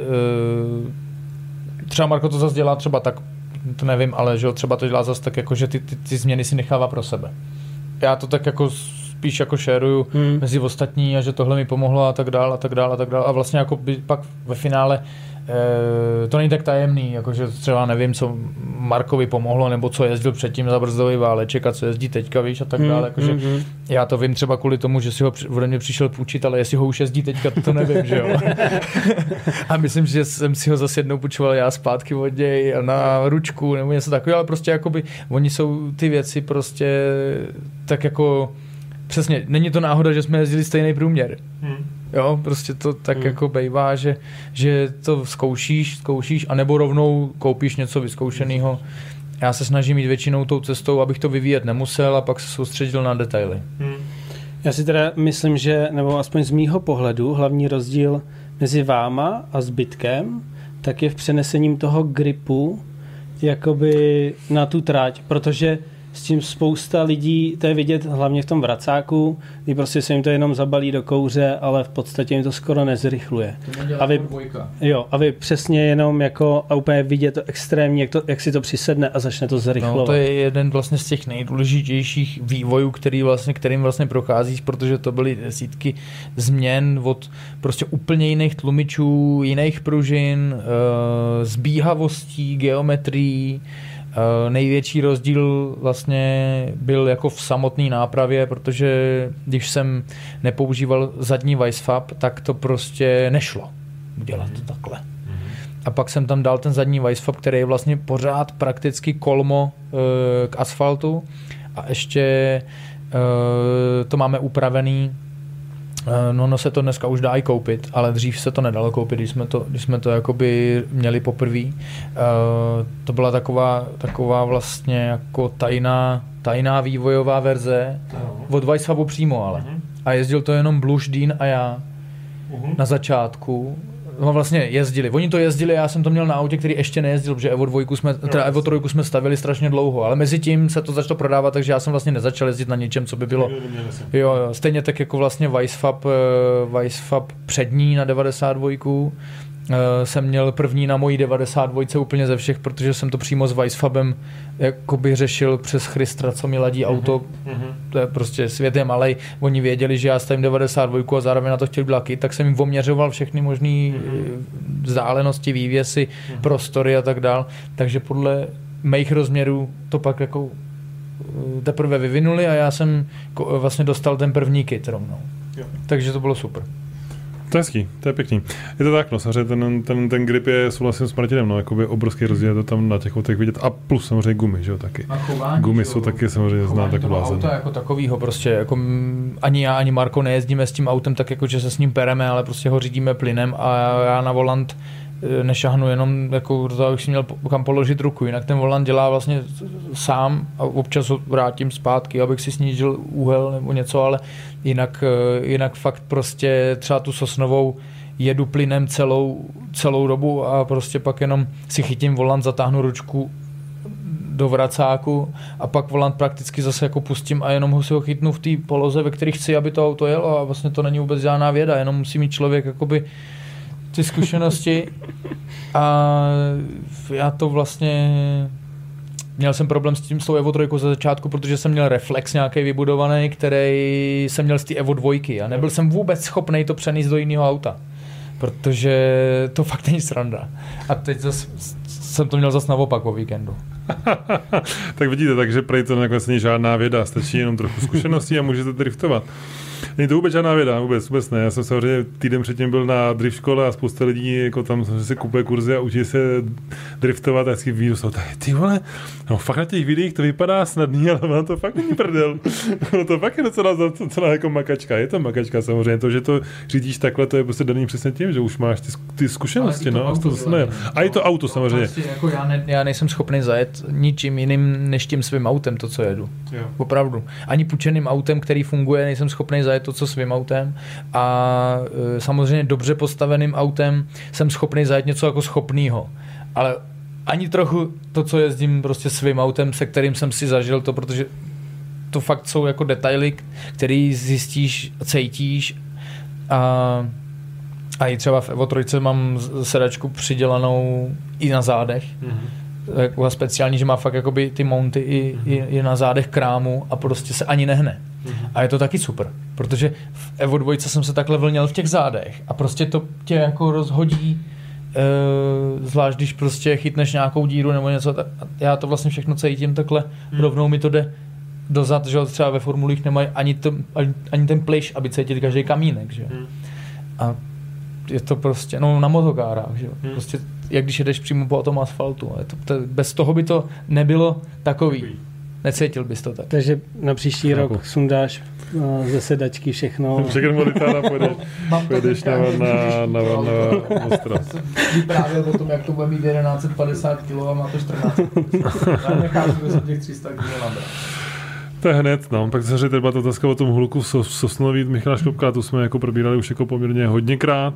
třeba Marko to zase dělá třeba tak, to nevím, ale že jo, třeba to dělá zase tak jako, že ty, ty, ty změny si nechává pro sebe. Já to tak jako spíš jako šeruju hmm. mezi ostatní a že tohle mi pomohlo a tak dál a tak dál a tak dál a vlastně jako by pak ve finále e, to není tak tajemný, jakože třeba nevím, co Markovi pomohlo nebo co jezdil předtím za brzdový váleček a co jezdí teďka, víš, a tak dále, hmm. jakože hmm. já to vím třeba kvůli tomu, že si ho ode mě přišel půjčit, ale jestli ho už jezdí teďka, to nevím, že jo. A myslím, že jsem si ho zase jednou půjčoval já zpátky od něj na ručku nebo něco takového, ale prostě jakoby oni jsou ty věci prostě tak jako přesně, není to náhoda, že jsme jezdili stejný průměr. Hmm. Jo, prostě to tak hmm. jako bejvá, že, že to zkoušíš, zkoušíš, anebo rovnou koupíš něco vyzkoušeného Já se snažím jít většinou tou cestou, abych to vyvíjet nemusel a pak se soustředil na detaily. Hmm. Já si teda myslím, že, nebo aspoň z mýho pohledu, hlavní rozdíl mezi váma a zbytkem, tak je v přenesením toho gripu jakoby na tu trať, protože s tím spousta lidí, to je vidět hlavně v tom vracáku, kdy prostě se jim to jenom zabalí do kouře, ale v podstatě jim to skoro nezrychluje. A vy, jo, a vy přesně jenom jako a úplně vidět to extrémně, jak, to, jak si to přisedne a začne to zrychlovat. No, to je jeden vlastně z těch nejdůležitějších vývojů, který vlastně, kterým vlastně procházíš, protože to byly desítky změn od prostě úplně jiných tlumičů, jiných pružin, e, zbíhavostí, geometrií. Největší rozdíl vlastně byl jako v samotné nápravě, protože když jsem nepoužíval zadní Weissfab, tak to prostě nešlo udělat to takhle. A pak jsem tam dal ten zadní Weissfab, který je vlastně pořád prakticky kolmo k asfaltu a ještě to máme upravený. No, no se to dneska už dá i koupit, ale dřív se to nedalo koupit, když jsme to, když jsme to jakoby měli poprvé. Uh, to byla taková, taková vlastně jako tajná, tajná vývojová verze od Weissfabu přímo, ale. A jezdil to jenom Bluš, Dean a já na začátku. No vlastně jezdili. Oni to jezdili, já jsem to měl na autě, který ještě nejezdil, protože Evo dva jsme, teda Evo tři jsme stavili strašně dlouho, ale mezi tím se to začalo prodávat, takže já jsem vlastně nezačal jezdit na něčem, co by bylo. Jo, jo, stejně tak jako vlastně Weissfab, Weissfab přední na devadesát dva jsem měl první na mojí devadesát dva úplně ze všech, protože jsem to přímo s Weissfabem jakoby řešil přes Christra, co mi ladí auto. Mm-hmm. To je prostě svět je malej. Oni věděli, že já stavím devadesát dva a zároveň na to chtěli blaky, tak jsem jim oměřoval všechny možné mm-hmm. vzdálenosti, vývěsy, mm-hmm. prostory a tak dál. Takže podle mých rozměrů to pak jako teprve vyvinuli a já jsem vlastně dostal ten první kit rovnou. Jo. Takže to bylo super. To je hezký, to je pěkný. Je to tak, no, samozřejmě ten, ten, ten grip je souhlasím s Martinem, no, jakoby obrovský rozdíl je to tam na těch autech vidět a plus samozřejmě gumy, že jo, taky. A chování, gumy jsou taky samozřejmě zná tak blázen. Auta jako takovýho prostě, jako ani já, ani Marko nejezdíme s tím autem tak jako, že se s ním pereme, ale prostě ho řídíme plynem a já na volant nešahnu jenom jako to, abych si měl kam položit ruku, jinak ten volant dělá vlastně sám a občas ho vrátím zpátky, abych si snížil úhel nebo něco, ale jinak, jinak fakt prostě třeba tu Sosnovou jedu plynem celou, celou dobu a prostě pak jenom si chytím volant, zatáhnu ručku do vracáku a pak volant prakticky zase jako pustím a jenom ho si ho chytnu v té poloze, ve které chci, aby to auto jelo a vlastně to není vůbec žádná věda, jenom musí mít člověk jakoby ty zkušenosti a já to vlastně měl jsem problém s tím s tou Evo tři ze začátku, protože jsem měl reflex nějaký vybudovaný, který jsem měl z té Evo dva a nebyl jsem vůbec schopný to přenést do jiného auta, protože to fakt není sranda. A teď zase, jsem to měl zase naopak o víkendu. Tak vidíte, takže prej to nakonec není žádná věda, stačí jenom trochu zkušeností a můžete driftovat. Není to vůbec žádná věda, vůbec, vůbec ne. Já jsem samozřejmě týden předtím byl na drift škole a spousta lidí jako tam si kupuje kurzy a učí se driftovat a vždycky vídu jsou tady, ty vole, no fakt na těch videích to vypadá snadný, ale ono to fakt není prdel. No to fakt je docela, docela jako makačka. Je to makačka samozřejmě. To, že to řídíš takhle, to je prostě daný přesně tím, že už máš ty, ty zkušenosti. No, auto, to ne. A i to auto samozřejmě. Prostě jako já, ne, já nejsem schopný zajet ničím jiným než tím svým autem, to, co jedu. Jo. Opravdu. Ani půjčeným autem, který funguje, nejsem schopný zajet to, co svým autem. A e, samozřejmě dobře postaveným autem jsem schopný zajet něco jako schopnýho. Ale ani trochu to, co jezdím prostě svým autem, se kterým jsem si zažil to, protože to fakt jsou jako detaily, který zjistíš, cítíš a, a i třeba v Evo tři mám sedačku přidělanou i na zádech. Mm-hmm. Jako speciální, že má fakt jakoby ty mounty i, mm-hmm. i, i na zádech krámu a prostě se ani nehne. Mm-hmm. A je to taky super, protože v Evo dva jsem se takhle vlněl v těch zádech a prostě to tě jako rozhodí, e, zvlášť když prostě chytneš nějakou díru nebo něco, tak já to vlastně všechno cítím takhle, mm. rovnou mi to jde dozad, že třeba ve formulích nemají ani, to, ani, ani ten plyš, aby cítili každý kamínek, že mm. A je to prostě, no na motokárách, že mm. prostě jak když jedeš přímo po tom asfaltu, je to, to, bez toho by to nebylo takový. Necítil bys to tak. Takže na příští Chápu. rok sundáš uh, ze sedačky všechno. Všechno Molitána půjde, půjdeš na, na, na, na Ostra. Vyprávěl o tom, jak to bude mít jedenáct set padesát kilo a má to čtrnáct. Já nechápu, že jsem těch tři sta kilo nabral. To je hned, no. Pak se třeba ta otázka o tom hluku v Sosnoví, Michala Škopka, to jsme jako probírali už jako poměrně hodněkrát.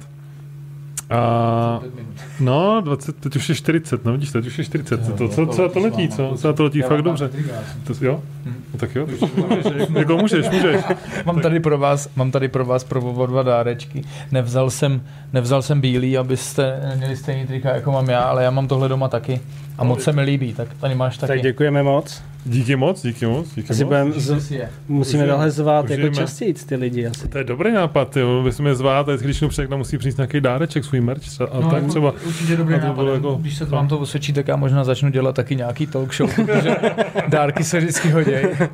A no, dvacet, teď už je čtyřicet, no vidíš, teď už je čtyřicet, to, co, co to letí, co? Co to letí fakt dobře. To, jo? No, tak jo, můžeš, jako můžeš, můžeš. Mám tady pro vás, mám tady pro vás pro dva dárečky. Nevzal jsem, nevzal jsem bílý, abyste měli stejný trika, jako mám já, ale já mám tohle doma taky a moc se mi líbí, tak tady máš taky. Tak děkujeme moc. Díky moc, díky moc, díky Asi moc. Z... Musíme tohle zvát užijeme. jako častěji ty lidi asi. To je dobrý nápad, jo. Bychom je zvát, a když někdo musí přinést nějaký dáreček, svůj merch a no, tak jako třeba. Určitě dobrý nápad, jako... když se to vám to osvědčí, tak já možná začnu dělat taky nějaký talk show, protože dárky se vždycky hodí.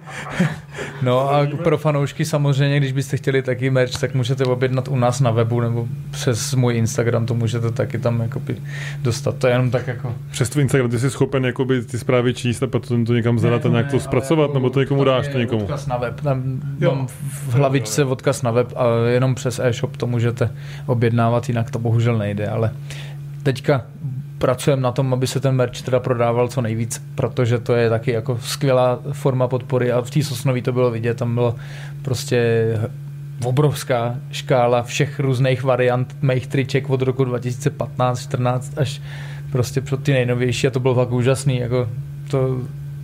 No a pro fanoušky samozřejmě, když byste chtěli taky merch, tak můžete objednat u nás na webu nebo přes můj Instagram, to můžete taky tam jakoby dostat. To je jenom tak jako... Přes tvůj Instagram ty jsi schopen jakoby ty zprávy číst a potom to někam zadat a nějak to zpracovat, jako, nebo to někomu dáš, to někomu? Odkaz na web, tam mám v hlavičce odkaz na web a jenom přes e-shop to můžete objednávat, jinak to bohužel nejde, ale teďka pracujeme na tom, aby se ten merch teda prodával co nejvíc, protože to je taky jako skvělá forma podpory a v té Sosnoví to bylo vidět, tam bylo prostě obrovská škála všech různých variant mých triček od roku dva tisíce patnáct čtrnáct až prostě pro ty nejnovější a to bylo fakt úžasný, jako to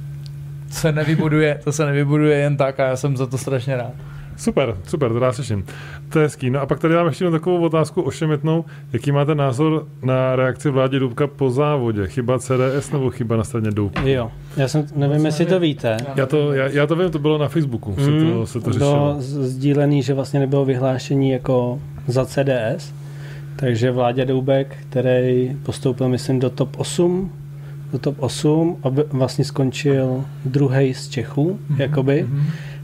se nevybuduje, to se nevybuduje jen tak a já jsem za to strašně rád. Super, super, to dá slyším. To je hezký. No a pak tady mám ještě takovou otázku ošemetnou. Jaký máte názor na reakci Vládě Dubka po závodě? Chyba C D S nebo chyba na straně Dub? Jo, já jsem, nevím, jestli to víte. Já to, já, já to vím, to bylo na Facebooku, se mm, to, se to řešilo. Bylo sdílený, že vlastně nebylo vyhlášení jako za C D S, takže Vláďa Doubek, který postoupil, myslím, do top osm, do top osm a vlastně skončil druhej z Čechů, mm-hmm. jakoby, mm-hmm.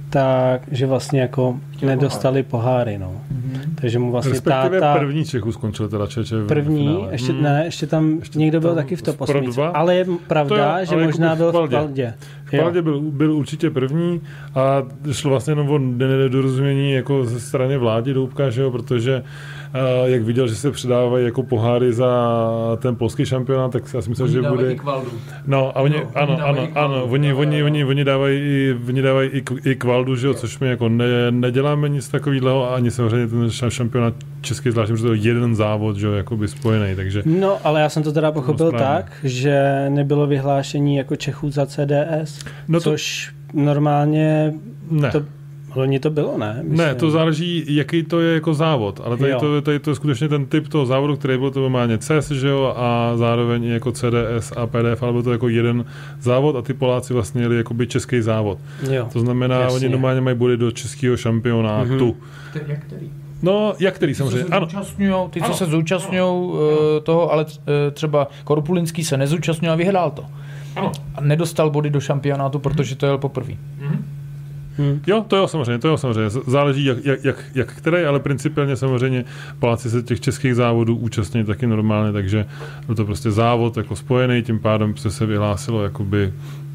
takže vlastně jako Chtěl nedostali poháry, no. Mm-hmm. Takže mu vlastně respektive táta... první Čechů skončil teda Čeče v První, finále. ještě hmm. ne, ještě tam ještě někdo byl taky v top osm. Ale je pravda, je, že možná byl v Kvaldě. V Kvaldě byl, byl určitě první a šlo vlastně jenom o nedorozumění jako ze strany Vlády Doubka, že jo, protože uh, jak viděl, že se předávají jako poháry za ten polský šampionát, tak já si myslím, že bude... No, a oni, no, ano, ano, ano, ano, oni, oni, oni, oni dávají i, oni dávají i, i Kvaldu, že jo, což my jako ne, neděláme nic takového a ani samozřejmě ten šampionát český zvláštní, protože to je jeden závod, že jo, jakoby spojený, takže... No, ale já jsem to teda pochopil tak, že nebylo vyhlášení jako Čechů za C D S, no to... což normálně... Ne. To... Loni to bylo, ne? Myslím. Ne, to záleží, jaký to je jako závod, ale tady to, tady to je skutečně ten typ toho závodu, který byl to normálně C E S, že jo, a zároveň i jako C D S a P D F, ale byl to jako jeden závod a ty Poláci vlastně jeli jakoby český závod. Jo. To znamená, jasně. Oni normálně mají body do českého šampionátu. Mm-hmm. Jak který? No, jak který samozřejmě. Ano. Ty, co se zúčastňují uh, toho, ale uh, třeba Korpulinský se nezúčastňuje a vyhrál to. Ano. A nedostal body do šampionátu, protože to jel poprvé. Mm-hmm. Hmm. Jo, to jo, samozřejmě, to jo, samozřejmě. Záleží, jak, jak, jak, jak který, ale principiálně samozřejmě Poláci se těch českých závodů účastní taky normálně, takže byl to prostě závod jako spojený, tím pádem se se vyhlásilo jakoby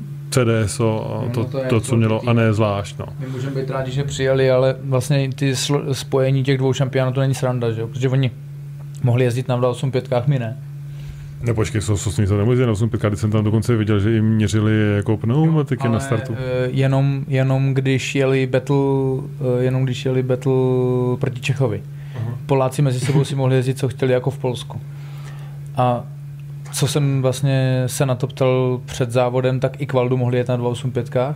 C D S o to, no, to, to co mělo, a ne zvlášť. No. My můžeme být rádi, že přijeli, ale vlastně ty slo- spojení těch dvou šampionátů není sranda, že jo? Protože oni mohli jezdit na dvacet osm pětkách, my ne. Ne, počkej, so, so, to nemůže na osm pět, když jsem tam dokonce viděl, že jim měřili jako pneumatiky na startu. Jenom, jenom když jeli battle, jenom když jeli battle proti Čechovi. Uh-huh. Poláci mezi sebou si mohli jezdit, co chtěli, jako v Polsku. A co jsem vlastně se na to ptal před závodem, tak i Kvaldu mohli jet na dvacet osm pětkách,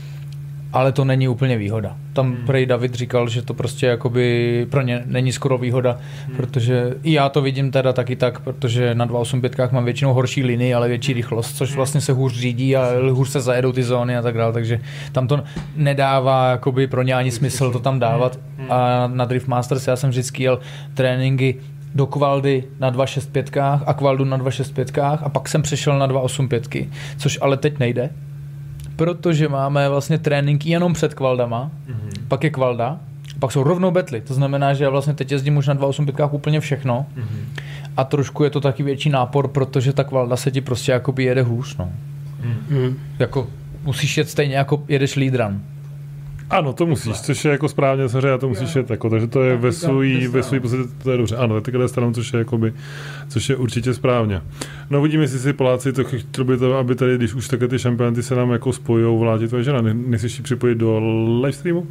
ale to není úplně výhoda. Tam hmm. prej David říkal, že to prostě jakoby pro ně není skoro výhoda, hmm. protože i já to vidím teda taky tak, protože na dvacet osm pětkách mám většinou horší linii, ale větší rychlost, což vlastně se hůř řídí a hůř se zajedou ty zóny a tak dále, takže tam to nedává jakoby pro ně ani smysl to tam dávat. A na Drift Masters já jsem vždycky jel tréninky do Kvaldy na dvacet šest pětkách a Kvaldu na dvacet šest pětkách a pak jsem přešel na dvacet osm pětky, což ale teď nejde, protože máme vlastně tréninky jenom před Kvaldama, mm-hmm. pak je Kvalda, pak jsou rovnou betly, to znamená, že já vlastně teď jezdím už na dvacet osm pětkách úplně všechno mm-hmm. a trošku je to taky větší nápor, protože ta Kvalda se ti prostě jakoby jede hůř, no. Mm-hmm. Jako musíš jet stejně jako jedeš lead run. Ano, to musíš, což je jako správně, samozřejmě, a to musíš jet jako, takže to je ve svůj, ve svůj podstatě, to je dobře. Ano, takhle stranou, což je jakoby, což je určitě správně. No uvidíme, jestli si Poláci to chtěli, to, aby tady, když už takhle ty šampionty se nám jako spojou, vládě tvoje žena, nechceš ji připojit do livestreamu?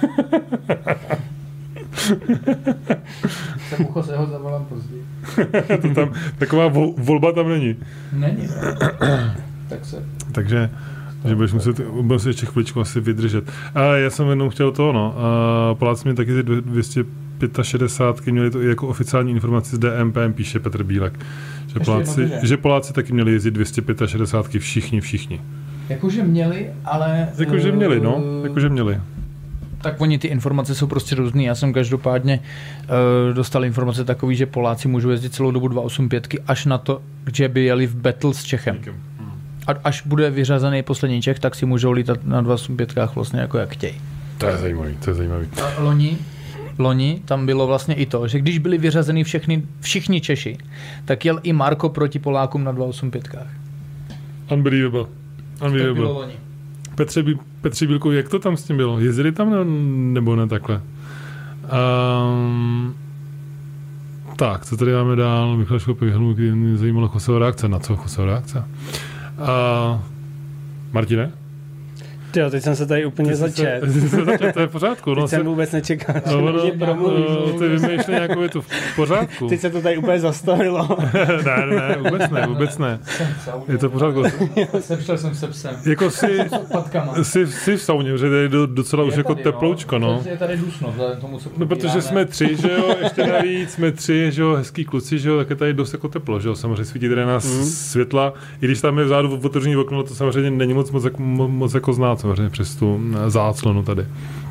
Jsem ucho se ho zavolám později. To tam, taková volba tam není. Není. Tak se... Takže že budeš muset, muset ještě chviličku asi vydržet. A já jsem jenom chtěl to, no. A Poláci měli taky ty dvě stě šedesát pět, měli to i jako oficiální informaci z D M P, píše Petr Bílek. Že Poláci, jedno, že Poláci taky měli jezdit dvě stě šedesát pět, všichni, všichni. Jakože měli, ale... Jakože měli, no. Jakože měli. Tak oni ty informace jsou prostě různý. Já jsem každopádně uh, dostal informace takový, že Poláci můžou jezdit celou dobu dvě osm pět až na to, že by jeli v battle s Čechem. A až bude vyřazený poslední Čech, tak si můžou lítat na dvě osm pět vlastně jako jak chtějí. To je zajímavý, to je zajímavý. A loni, loni tam bylo vlastně i to, že když byli vyřazeni všechny, všichni Češi, tak jel i Marko proti Polákům na dvě osm pět. Unbelievable. Unbelievable. To bylo loni. Petře, Petře Bílku, jak to tam s tím bylo? Jezdili tam ne, nebo ne takhle? Um, tak, co tady máme dál? Michal Škopek, mě zajímalo Joseho reakce. Na co Joseho reakce? Uh, Martine? Jo, teď jsem se tady úplně začet. To je v pořádku. Teď no, jsem se, vůbec nečekal, no, že no, mě promluvíš. No, ty vymýšlí nějakou větu v pořádku. Teď se to tady úplně zastavilo. ne, ne, vůbec ne, vůbec ne. Je to v pořádku. Sepšel jsem se psem. Jako si, si, si v sauně, že je docela je už tady, jako teploučko, no. Je tady dusno, tomu, co no, protože jsme tři, že jo, ještě navíc jsme tři, že jo, hezký kluci, že jo, tak je tady dost jako teplo, že jo, samozřejmě svítí tady nás mm. světla, i když tam je vzadu otevřený okno, to samozřejmě není moc, moc, moc jako znát, samozřejmě přes tu záclonu tady.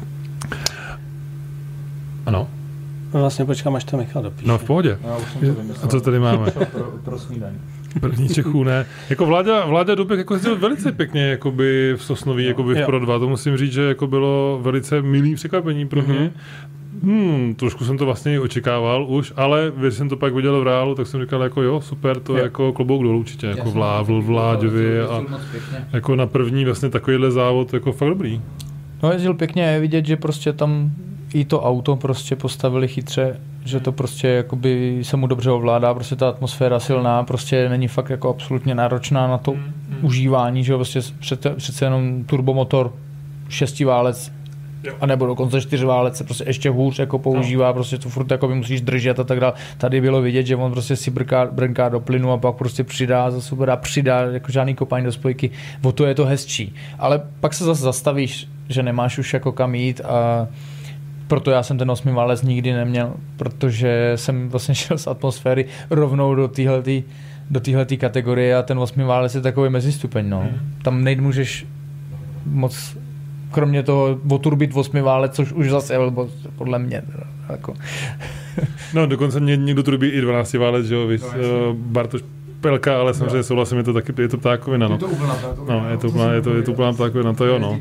Ano. Vlastně počkám, až to Michal dopíše. No v pohodě. No, a co tady máme? Pro, pro snídaní. První Čechů, ne. Jako Vláďa, Vláďa Dubek jako jezdil velice pěkně jakoby v Sosnoví, jakoby v Pro dva. To musím říct, že jako bylo velice milý překvapení pro mě. Mm-hmm. Hmm, trošku jsem to vlastně očekával už, ale když jsem to pak viděl v reálu, tak jsem říkal jako jo, super, to je jako klobouk dolů určitě, jako Vlávl, Vláďovi a jako na první vlastně takovýhle závod, jako fakt dobrý. No jezdil pěkně, je vidět, že prostě tam i to auto prostě postavili chytře, že to prostě jakoby se mu dobře ovládá, prostě ta atmosféra silná, prostě není fakt jako absolutně náročná na to mm, mm. užívání, že jo, prostě přece, přece jenom turbomotor, šestiválec, jo. A nebo dokonce čtyřválec se prostě ještě hůř jako používá, no. Prostě to furt jako musíš držet a tak dále. Tady bylo vidět, že on prostě si brká, brnká do plynu a pak prostě přidá, zase dá přidá, jako žádný kopání do spojky, o to je to hezčí. Ale pak se zase zastavíš, že nemáš už jako kam jít a proto já jsem ten osmiválec nikdy neměl, protože jsem vlastně šel z atmosféry rovnou do téhletý, do téhletý kategorie a ten osmiválec je takový mezistupeň, no. Hmm. Tam nejmůžeš moc, kromě toho oturbit osmiválec, což už zase podle mě. Jako. No dokonce někdo turbí i dvanáctiválec, že jo, víš, Bartoš Pelka, ale samozřejmě no. Souhlasím, je to taky, je to ptákovina, no. Je to úplná ptákovina. No, je to úplná, je to, je to úplná ptákovina, to jo, no.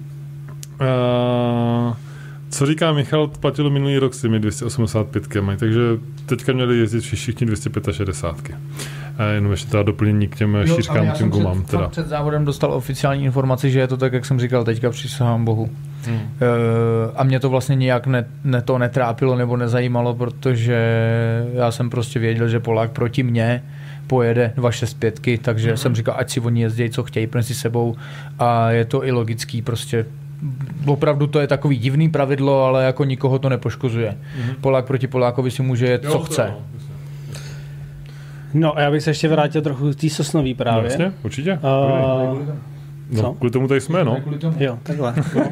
Uh, co říká Michal, platilo minulý rok s těmi dvě stě osmdesát pět, takže teďka měli jezdit všichni dvě stě šedesát pět. A jenom ještě teda doplnění k těm jo, šířkám, k těm gumám. Před, teda. před závodem dostal oficiální informaci, že je to tak, jak jsem říkal, teďka přísahám Bohu. Hmm. Uh, a mě to vlastně nijak ne, ne to netrápilo nebo nezajímalo, protože já jsem prostě věděl, že Polák proti mně pojede dva šest pět, takže hmm. jsem říkal, ať si oni jezdí, co chtějí, princ si sebou a je to i logický, prostě opravdu to je takový divný pravidlo, ale jako nikoho to nepoškozuje. Mm-hmm. Polák proti Polákovi si může jet, jo, co chce. No a já bych se ještě vrátil trochu k té Sosnový právě. No, jasně, určitě. Uh, no, kvůli tomu tady jsme, no. Jo, takhle.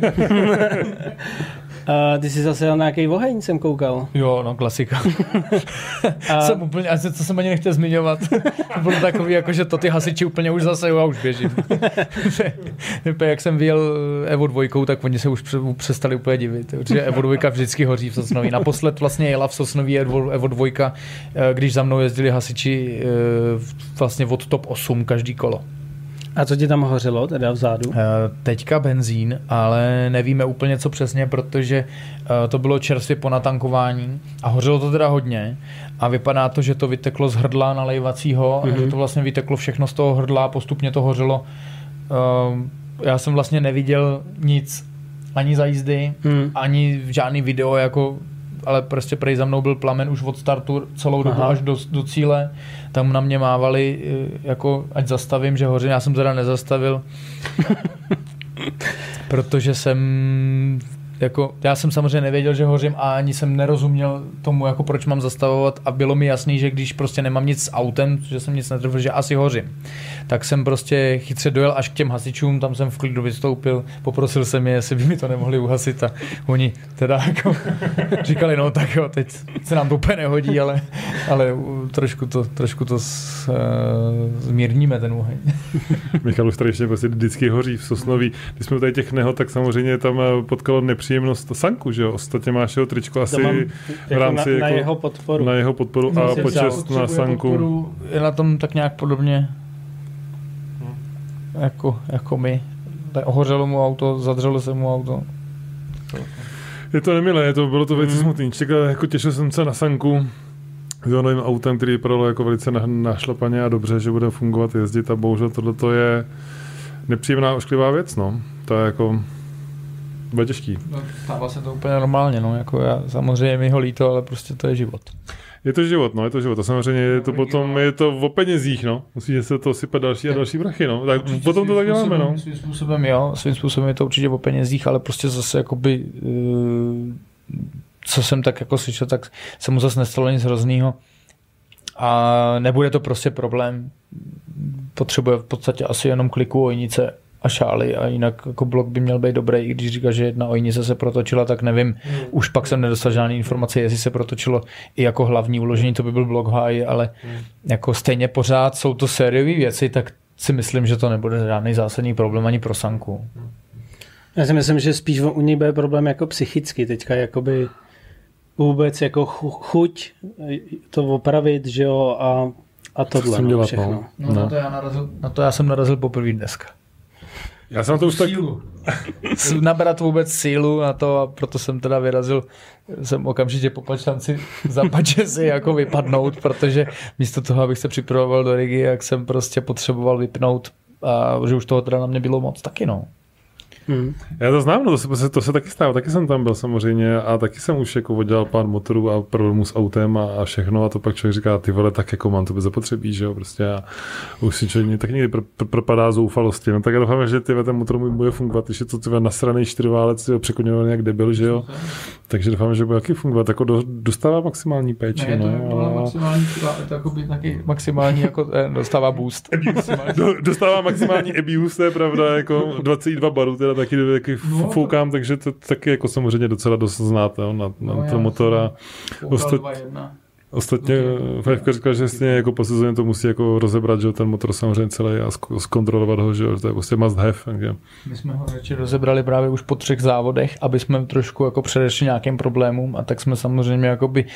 Uh, ty jsi zase jel nějaký oheň, jsem koukal. Jo, no, klasika. a... jsem úplně, asi co jsem ani nechtěl zmiňovat. Bylo takový, jako, že to ty hasiči úplně už zase, jo, a už běžím. Jak jsem vyjel Evo dvojkou, tak oni se už přestali úplně divit. Protože Evo dvojka vždycky hoří v Sosnoví. Naposled vlastně jela v Sosnoví Evo, Evo dvojka, když za mnou jezdili hasiči vlastně od top osm každý kolo. A co ti tam hořelo teda vzadu? Teďka benzín, ale nevíme úplně co přesně, protože to bylo čerstvě po natankování a hořelo to teda hodně a vypadá to, že to vyteklo z hrdla nalejvacího mm-hmm. a že to vlastně vyteklo všechno z toho hrdla a postupně to hořelo já jsem vlastně neviděl nic, ani za jízdy, hmm. ani žádný video, jako, ale prostě prej za mnou byl plamen už od startu celou dobu až do, do cíle. Tam na mě mávali, jako, ať zastavím, že hořím. Já jsem teda nezastavil, protože jsem jako, já jsem samozřejmě nevěděl, že hořím a ani jsem nerozuměl tomu, jako proč mám zastavovat a bylo mi jasný, že když prostě nemám nic s autem, že jsem nic netrefil, že asi hořím. Tak jsem prostě chytře dojel až k těm hasičům, tam jsem v klidu vystoupil, poprosil jsem je, jestli by mi to nemohli uhasit a oni teda jako říkali, no tak jo, teď se nám to úplně nehodí, ale, ale trošku to, trošku to s, uh, zmírníme ten oheň. Michal už tady ještě prostě vždycky hoří v Sosnoví. Když jsme tady těch nehod, tak samozřejmě tam potkalo nepříjemnost Sanku, že jo? Ostatně máš jeho tričko asi v rámci na, na jako, jeho podporu. Na jeho podporu no, a počest na Sanku. Podporu, je na tom tak nějak podobně jako, jako my. Ohořelo mu auto, zadřelo se mu auto. Je to nemilé, je to, bylo to velice mm. smutný. Čekal, jako těšil jsem se na Sanku s novým autem, který vypadalo jako velice našlapaně a dobře, že bude fungovat, jezdit a bohužel tohleto je nepříjemná, ošklivá věc, no. To je jako bude těžký. No, stává se to úplně normálně, no. Jako já, samozřejmě mi ho líto, ale prostě to je život. Je to život, no, je to život. A samozřejmě je to potom, je to o penězích, no. Musíš se to sypat další a další prachy, no. Tak určitě potom to tak děláme, no. Svým způsobem, jo, svým způsobem je to určitě o penězích, ale prostě zase jakoby, uh, co jsem tak jako slyšel, tak se mu zase nestalo nic hroznýho. A nebude to prostě problém. Potřebuje v podstatě asi jenom kliku ojnice a šály a jinak jako blok by měl být dobrý, i když říká, že jedna ojnice se protočila, tak nevím, hmm. už pak jsem nedostal žádný informace, jestli se protočilo i jako hlavní uložení, to by byl blok háj, ale hmm. jako stejně pořád jsou to sériové věci, tak si myslím, že to nebude žádný zásadní problém ani pro Sanku. Já si myslím, že spíš u něj bude problém jako psychicky, teďka jakoby vůbec jako chuť to opravit, že jo, a, a tohle, no, dělat, všechno. No. No, no. Na, to já narazil, na to já jsem narazil poprvé dneska. Já jsem to už tak... Nabrat vůbec sílu na to a proto jsem teda vyrazil, jsem okamžitě popal šanci zapače si jako vypadnout, protože místo toho, abych se připravoval do Rigi, jak jsem prostě potřeboval vypnout a že už toho teda na mě bylo moc taky, no. Hmm. Já to znám, no, to, se, to se taky stává, taky jsem tam byl samozřejmě a taky jsem už jako oddělal pár motorů a problémů s autem a, a všechno a to pak člověk říká, ty vole, tak jako mám to bez zapotřebí, že jo, prostě a už si člověk tak někdy pr- pr- propadá zoufalosti, no tak já doufám, že tyhle ten motor bude fungovat, když je to tyhle nasranej čtyřválec, překoněný jak debil, že jo, takže doufám, že bude taky fungovat, jako do, dostává maximální péči, ne, no. To je maximální, to jako by taky maximální, jako dostává boost. do, dostává maximální abuse, to je pravda, jako dvacet dva barů, teda taky, taky no, foukám, takže to taky jako samozřejmě docela dost znáte jo, na, na no, ten motor a ostat, ostatně Fajfka říkal, že stejně jako po sezóně to musí jako rozebrat, že ten motor samozřejmě celý a zkontrolovat ho, že to je prostě must have. Takže. My jsme ho radši rozebrali právě už po třech závodech, aby jsme trošku jako předešli nějakým problémům a tak jsme samozřejmě jakoby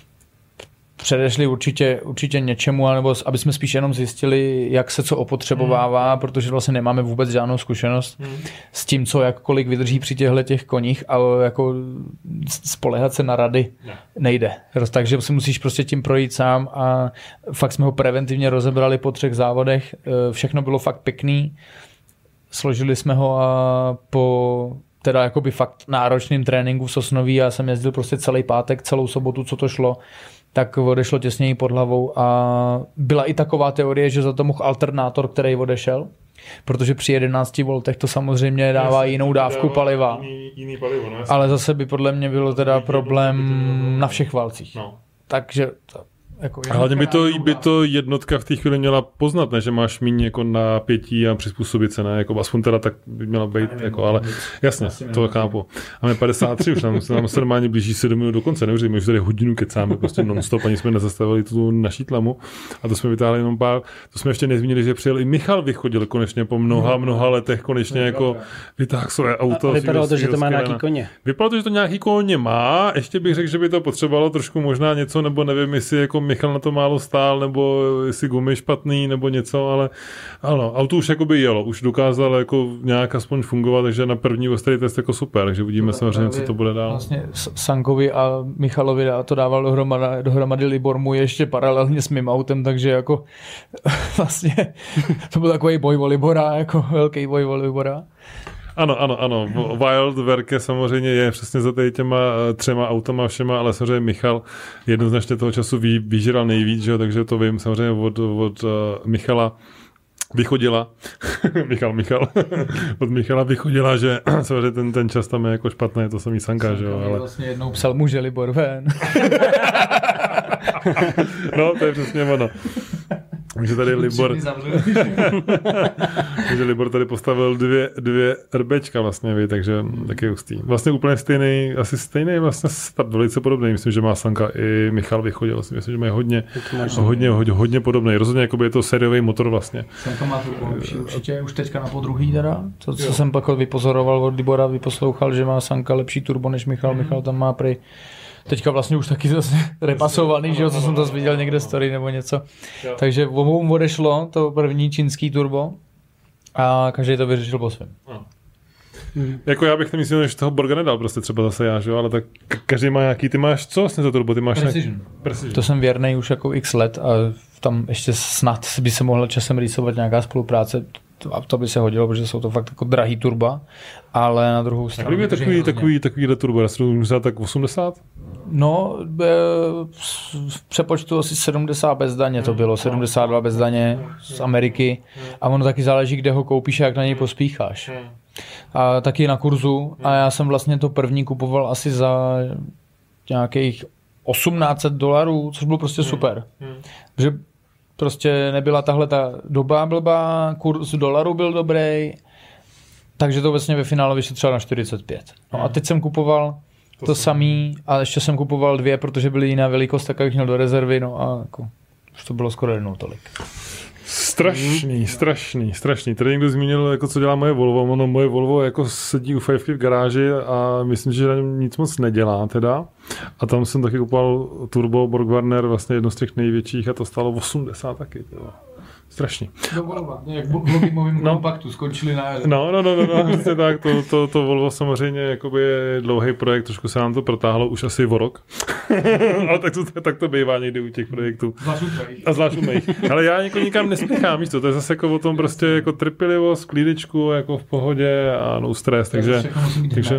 předešli určitě, určitě něčemu, nebo aby jsme spíš jenom zjistili, jak se co opotřebovává, hmm. protože vlastně nemáme vůbec žádnou zkušenost hmm. s tím, co jakkoliv vydrží při těchto těch koních, ale jako spoléhat se na rady ne. nejde. Takže si musíš prostě tím projít sám a fakt jsme ho preventivně rozebrali po třech závodech. Všechno bylo fakt pěkný. Složili jsme ho a po teda jakoby fakt náročným tréninku v Sosnoví, já jsem jezdil prostě celý pátek, celou sobotu, co to šlo, tak odešlo těsněji pod hlavou a byla i taková teorie, že za to mohl alternátor, který odešel, protože při jedenácti voltech to samozřejmě dává Jasně, jinou dávku dává paliva. Jiný, jiný palivo, no, ale zase by podle mě bylo teda problém na všech válcích. No. Takže to, jako a hlavně by to, by to jednotka v té chvíli měla poznat, ne, že máš méně jako napětí a přizpůsobit se, ne, jako aspoň teda tak by měla být, nevím, jako, ale jasně, to chápu. A my padesát tři už nám, nám se normálně blíží sedm minut do konce, neuvěřím, my už tady hodinu kecáme, prostě non-stop, ani jsme nezastavili tu naší tlamu a to jsme vytáhli jenom pár, to jsme ještě nezmínili, že přijel i Michal vychodil konečně po mnoha, mnoha letech konečně jako vytáhl své auto. A vypadalo to, že to má nějaký koně. Vypadalo to, že to nějaký koně má, ještě bych řekl, že by to potřebovalo trošku možná něco, nebo nevím, jestli jako Michal na to málo stál, nebo jestli gumy špatný, nebo něco, ale ano, auto už jakoby jelo, už dokázal jako nějak aspoň fungovat, takže na první ostrý test jako super, takže uvidíme to samozřejmě, co to bude dál. Vlastně Sankovi a Michalovi to dával dohromady, dohromady Libor mu ještě paralelně s mým autem, takže jako vlastně to byl takový boj o Libora, jako velký boj o Libora. Ano, ano, ano. Wild Werke samozřejmě je přesně za tady těma třema automa všema, ale samozřejmě Michal jednoznačně toho času vý, vyžral nejvíc, že? Takže to vím samozřejmě od, od uh, Michala vychodila, Michal, Michal, od Michala vychodila, že samozřejmě ten, ten čas tam je jako špatný, to samý Sanka, že jo, ale... Vlastně jednou psal mu, že Libor ven. No, to je přesně ono. Takže tady Libor, takže Libor tady postavil dvě, dvě RBčka vlastně, ví, takže taky hustý. Vlastně úplně stejný, asi stejný vlastně start, velice podobný. Myslím, že má Sanka i Michal vychodil. Myslím, že mají hodně, hodně, hodně, hodně podobný. Rozhodně jakoby je to sériový motor vlastně. Sanka má turbo určitě už teďka na podruhý teda. To, co jo. jsem pak vypozoroval od Libora, vyposlouchal, že má Sanka lepší turbo než Michal. Mm. Michal tam má prej teďka vlastně už taky zase repasovaný, že jo, co jsem zase viděl někde story nebo něco. Jo. Takže obou odešlo to první čínský turbo a každý to vyřešil po svém. Hmm. Jako já bych to myslel, že toho Borga nedal prostě třeba zase já, že jo, ale tak každý má nějaký, ty máš co vlastně za turbo, ty máš Precision. Nějaký... Precision. To jsem věrnej už jako x let a tam ještě snad by se mohla časem rýsovat nějaká spolupráce a to by se hodilo, protože jsou to fakt jako drahý turba, ale na druhou stranu... Kolik je takový, takový, takovýhle turbo, já jsem to tak osmdesát? No, v přepočtu asi sedmdesát bez daně to bylo, sedmdesát dva bez daně z Ameriky a ono taky záleží, kde ho koupíš a jak na něj pospícháš. A taky na kurzu a já jsem vlastně to první kupoval asi za nějakých osmnáct set dolarů, což bylo prostě super. Protože prostě nebyla tahle ta doba blbá, kurz dolaru byl dobrý, takže to vlastně ve finále vyšlo třeba na čtyřicet pět. No a teď jsem kupoval to, to samý a ještě jsem kupoval dvě, protože byly jiná velikost, tak jak měl do rezervy, no a jako, už to bylo skoro jednou tolik. Strašný, strašný, strašný. Tady někdo zmínil, jako co dělá moje Volvo. Ono, moje Volvo jako sedí u fajfky v garáži a myslím, že na něm nic moc nedělá teda. A tam jsem taky kupoval turbo Borg Warner, vlastně jedno z těch největších a to stálo osmdesát taky. Teda. Strašný. Do Volva, jak v Volvimovým no. kompaktu, skončili na... No, no, no, no, no vlastně tak, to, to, to Volvo samozřejmě jakoby je dlouhý projekt, trošku se nám to protáhlo už asi o rok. Ale tak to, tak to bývá někdy u těch projektů. A zvlášť u mých. Ale já jako nikam nespěchám, víš co, to je zase jako o tom prostě jako trpělivost, klídečku, jako v pohodě a no stres, takže... takže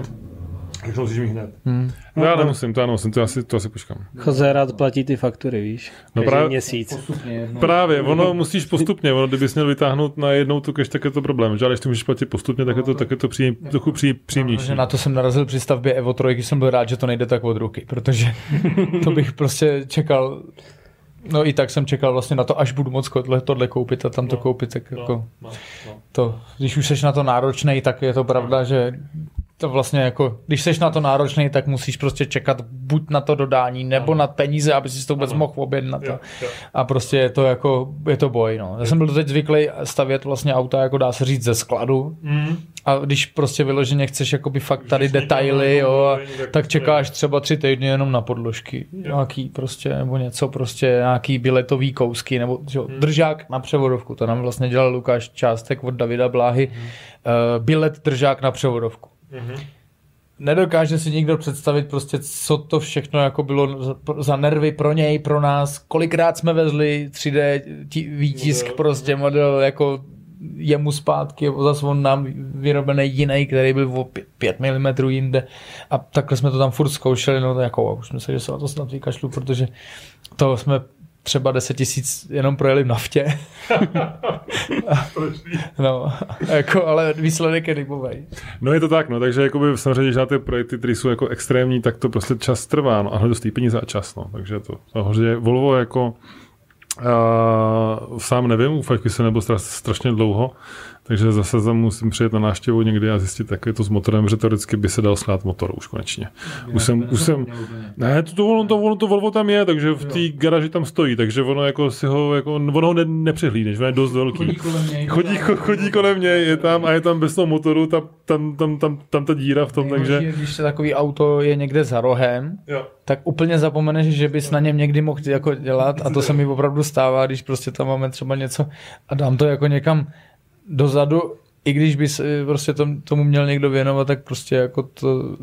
to musíš mít hned. Hmm. No já nemusím, to já nemusím, to asi, to asi počkám. Jose rád platí ty faktury, víš? No každý právě, měsíc. Právě, ono musíš postupně, ono kdybys měl vytáhnout na jednou tu cash, tak je to problém, že? Ale když ty můžeš platit postupně, tak je to, tak je to přijím, trochu pří, příjemnější. No, na to jsem narazil při stavbě Evo tři, jsem byl rád, že to nejde tak od ruky, protože to bych prostě čekal, no i tak jsem čekal vlastně na to, až budu moc tohle, tohle koupit a tam to no, koupit, tak no, jako no, no. To, když už seš na to náročnej, tak je to pravda, že to vlastně jako, když seš na to náročný, tak musíš prostě čekat buď na to dodání, nebo ano. na peníze, aby si to vůbec mohl objednat. Jo, jo. A prostě je to jako, je to boj, no. Já jsem byl teď zvyklý stavět vlastně auta, jako dá se říct, ze skladu. Mm. A když prostě vyloženě chceš jakoby fakt tady detaily, jo, tak čekáš třeba tři týdny jenom na podložky. Jo. Nějaký prostě, nebo něco prostě, nějaký biletový kousky, nebo jo, mm. držák na převodovku. To nám vlastně dělal Lukáš Částek od Davida Bláhy. Mm. Uh, bilet držák na převodovku. Mm-hmm. Nedokáže si nikdo představit prostě, co to všechno jako bylo za, za nervy pro něj, pro nás. Kolikrát jsme vezli tři dé tí, výtisk, model. Prostě model jako jemu zpátky, zase on nám vyrobený jiný, který byl o pět milimetrů jinde. A takhle jsme to tam furt zkoušeli, no jako už jsme se, že se na to snad vykašlu, protože to jsme třeba deset tisíc jenom projeli v naftě. No, jako, ale výsledek je rybovej. No je to tak, no, takže jakoby samozřejmě, když dáte projekty, které jsou jako extrémní, tak to prostě čas trvá, no, a hledat stojí peníze a čas, no, takže to, takže Volvo jako uh, sám nevím, u fajfky se nebo strašně dlouho, takže zase tam musím přijet na návštěvu někdy a zjistit, jak je to s motorem, že teoreticky by se dal snát motor už konečně. Už jsem, už jsem, ne, to, to, ono, to, ono, to Volvo tam je, takže v té garáži tam stojí, takže ono jako si ho, jako, ono ho ne, nepřehlídneš, ono je dost velký. Chodí kolem něj. Chodí, chodí kolem něj, je tam a je tam bez toho motoru, ta, tam, tam, tam, tam ta díra v tom, nejhorší, takže... Když se takový auto je někde za rohem, jo. tak úplně zapomeneš, že bys na něm někdy mohl jako dělat a to se mi opravdu stává, když prostě tam máme třeba něco a dám to jako někam dozadu, i když bys prostě tom, tomu měl někdo věnovat, tak prostě jako to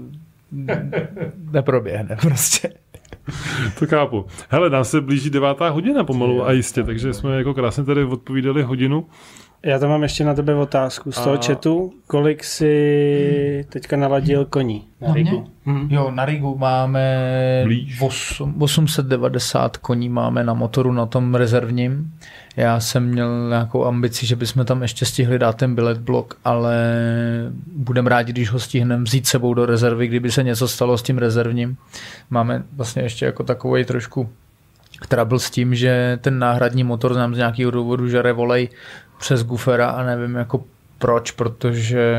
neproběhne prostě. To chápu. Hele, nám se blíží devátá hodina pomalu a jistě, takže jsme jako krásně tady odpovídali hodinu. Já tam mám ještě na tebe otázku z toho a... chatu. Kolik si teďka naladil koní na Rigu? Hmm. Jo, na Rigu máme osm set devadesát koní máme na motoru na tom rezervním. Já jsem měl nějakou ambici, že bychom tam ještě stihli dát ten bilet blok, ale budeme rádi, když ho stihneme vzít sebou do rezervy, kdyby se něco stalo s tím rezervním. Máme vlastně ještě jako takovej trošku trouble s tím, že ten náhradní motor nám z nějakého důvodu žere volej přes Gufera a nevím jako proč, protože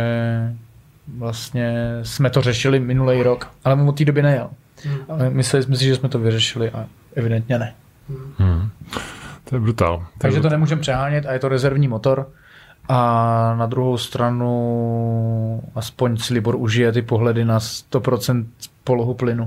vlastně jsme to řešili minulý rok, ale mu od té doby nejel. Hmm. Ale mysleli jsme si, že jsme to vyřešili a evidentně ne. Hmm. To je brutál. To Takže je to nemůžeme přehánět a je to rezervní motor a na druhou stranu aspoň si Libor užije ty pohledy na sto procent polohu plynu.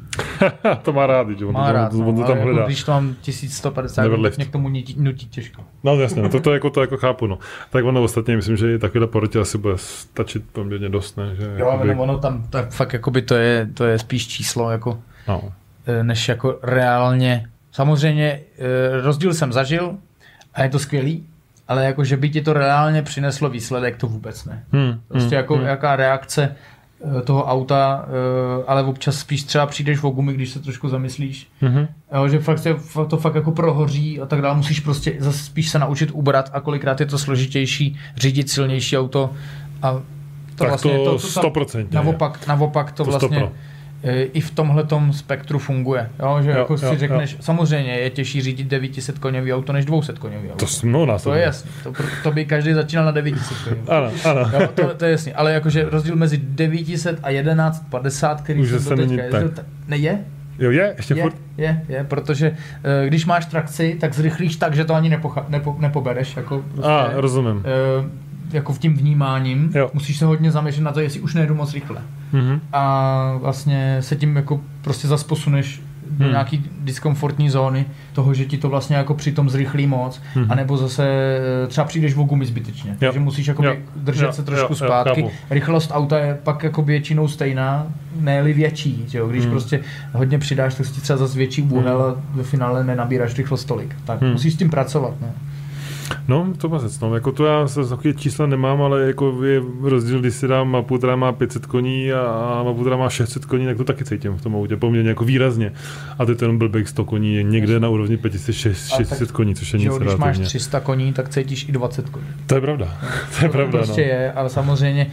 To má rád, že on, má to, rád, on, on to tam hledá. Jako, když to mám tisíc sto padesát, mě k tomu nutí, nutí těžko. No jasně, no, to, to, jako, to jako chápu. No. Tak ono ostatně, myslím, že i takovýhle porotě asi bude stačit poměrně dost. Ne? Že, jo, jakoby... ono tam tak fakt jakoby to je, to je spíš číslo, jako, no. než jako reálně. Samozřejmě rozdíl jsem zažil a je to skvělý, ale jako, že by ti to reálně přineslo výsledek, to vůbec ne. Hmm, prostě hmm, jako hmm. jaká reakce toho auta, ale občas spíš třeba přijdeš o gumy, když se trošku zamyslíš, mm-hmm. jo, že fakt je, to fakt jako prohoří a tak dále, musíš prostě zase spíš se naučit ubrat a kolikrát je to složitější řídit silnější auto a to tak vlastně to, to, to sto procent naopak, naopak to, to vlastně sto procent. I v tomhletom spektru funguje, jo, že jo, jako jo, si řekneš, jo. Samozřejmě je těžší řídit devět set koňový auto než dvě stě koňový auto. To, no, to je jasný, to, to by každý začínal na devět set koňový. Ano, ano. Jo, to, to je jasný, ale jakože rozdíl mezi devět set a jedenáct padesát, který už jsem do teďka jezdil, ta, ne je? Jo, je, ještě je, furt? Je, je, protože když máš trakci, tak zrychlíš tak, že to ani nepocha, nepo, nepobereš, jako prostě, a, rozumím. Uh, jako v tím vnímáním, jo. Musíš se hodně zaměřit na to, jestli už nejdu moc rychle. Mm-hmm. A vlastně se tím jako prostě zas posuneš do hmm. nějaký diskomfortní zóny toho, že ti to vlastně jako přitom zrychlí moc, hmm. anebo zase třeba přijdeš o gumy zbytečně. Jo. Takže musíš jakoby jo. držet jo. se trošku jo. zpátky. Jo. Rychlost auta je pak jako většinou stejná, ne-li větší. Jo? Když hmm. prostě hodně přidáš, tak si třeba zase větší úhel hmm. a ve finále nenabíráš rychlost tolik. Tak hmm. musíš s tím pracovat. Ne? No, to mazec, no, jako to já se takové čísla nemám, ale jako je rozdíl, když si dám mapu, která má pět set koní a mapu, která má šest set koní, tak to taky cítím v tom autě poměrně jako výrazně. A ty ten blbek sto koní je někde na úrovni pět set šest set koní, což je nic relativně. Když máš tři sta koní, tak cítíš i dvacet koní. To je pravda, to je to pravda, prostě no. je, ale samozřejmě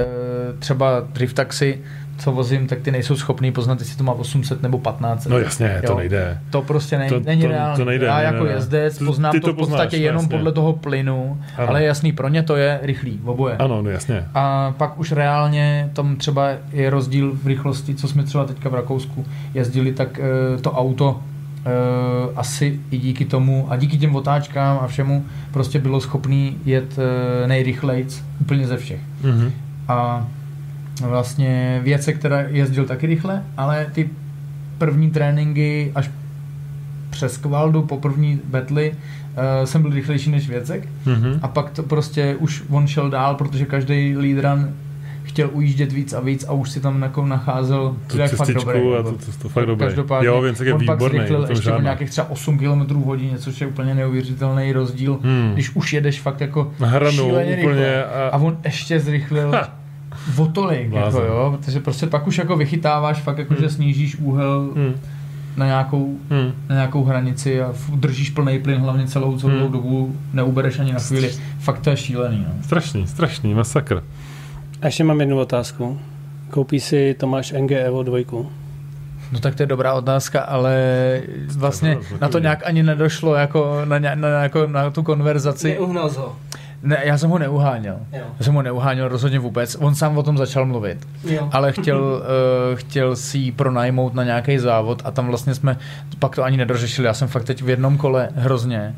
třeba drift taxi, co vozím, tak ty nejsou schopný poznat, jestli to má osm set nebo patnáct set. No jasně, to jo? nejde. To prostě nej, to, není to, reálné. To nejde, Já ne, jako ne, jezdec poznám ty to, to v podstatě poznáš, jenom jasně. podle toho plynu, ano. Ale jasný, pro ně to je rychlý, oboje. Ano, no jasně. A pak už reálně tam třeba je rozdíl v rychlosti, co jsme třeba teďka v Rakousku jezdili, tak e, to auto e, asi i díky tomu a díky těm otáčkám a všemu prostě bylo schopný jet e, nejrychlejc úplně ze všech. Mm-hmm. A vlastně věce, které jezdil taky rychle, ale ty první tréninky až přes Kvaldu po první betli uh, jsem byl rychlejší než Věcek mm-hmm. a pak to prostě už on šel dál, protože každý lead run chtěl ujíždět víc a víc a už si tam jako nacházel tu jak fakt dobré. A to, to, to fakt dobré. Každopádně jo, Věcek je on výborný. pak zrychlil ještě o nějakých třeba osm kilometrů v hodině, což je úplně neuvěřitelný rozdíl, hmm. když už jedeš fakt jako hranu, šíleně rychle a... a on ještě zrychlil ha. O tolik, jako jo, protože prostě pak už jako vychytáváš fakt jako, hmm. že snížíš úhel hmm. na, nějakou, hmm. na nějakou hranici a držíš plný plyn hlavně celou celou hmm. dobu, neubereš ani na chvíli. Fakt to je šílený. No. Strašný, strašný, masakr. A ještě mám jednu otázku. Koupí si Tomáš N G Evo dva? No tak to je dobrá otázka, ale vlastně na to nějak ani nedošlo jako na, na, na, jako na tu konverzaci. Neuhnal jsi ho. Ne, já jsem ho neuháněl. Jo. Já jsem ho neuháněl rozhodně vůbec. On sám o tom začal mluvit. Jo. Ale chtěl, uh, chtěl si ji pronajmout na nějaký závod a tam vlastně jsme pak to ani nedořešili. Já jsem fakt teď v jednom kole hrozně.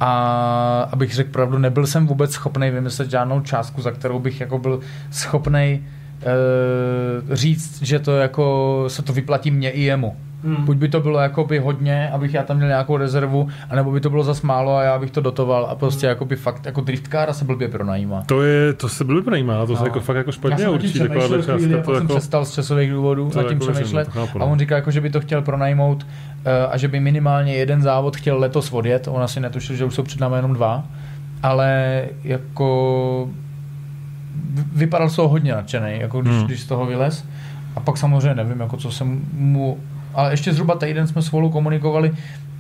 A abych řekl pravdu, nebyl jsem vůbec schopnej vymyslet žádnou částku, za kterou bych jako byl schopnej uh, říct, že to jako se to vyplatí mně i jemu. Hmm. Buď by to bylo jakoby hodně, abych já tam měl nějakou rezervu, anebo by to bylo zas málo a já bych to dotoval a prostě jakoby fakt jako driftkára se blbě pronajímá. To je, to se blbě pronajímá, to no. se jako fakt jako špatně určí. Já jsem tím chvíli, to jsem jako... přestal z časových důvodů nad tím jako přemýšlet a on říká, jako, že by to chtěl pronajmout uh, a že by minimálně jeden závod chtěl letos odjet, on asi netušil, že už jsou před námi jenom dva, ale jako vypadal z toho hodně nadšenej, jako když, hmm. když z toho vylez. A pak samozřejmě nevím, jako co jsem mu... Ale ještě zhruba týden jsme spolu komunikovali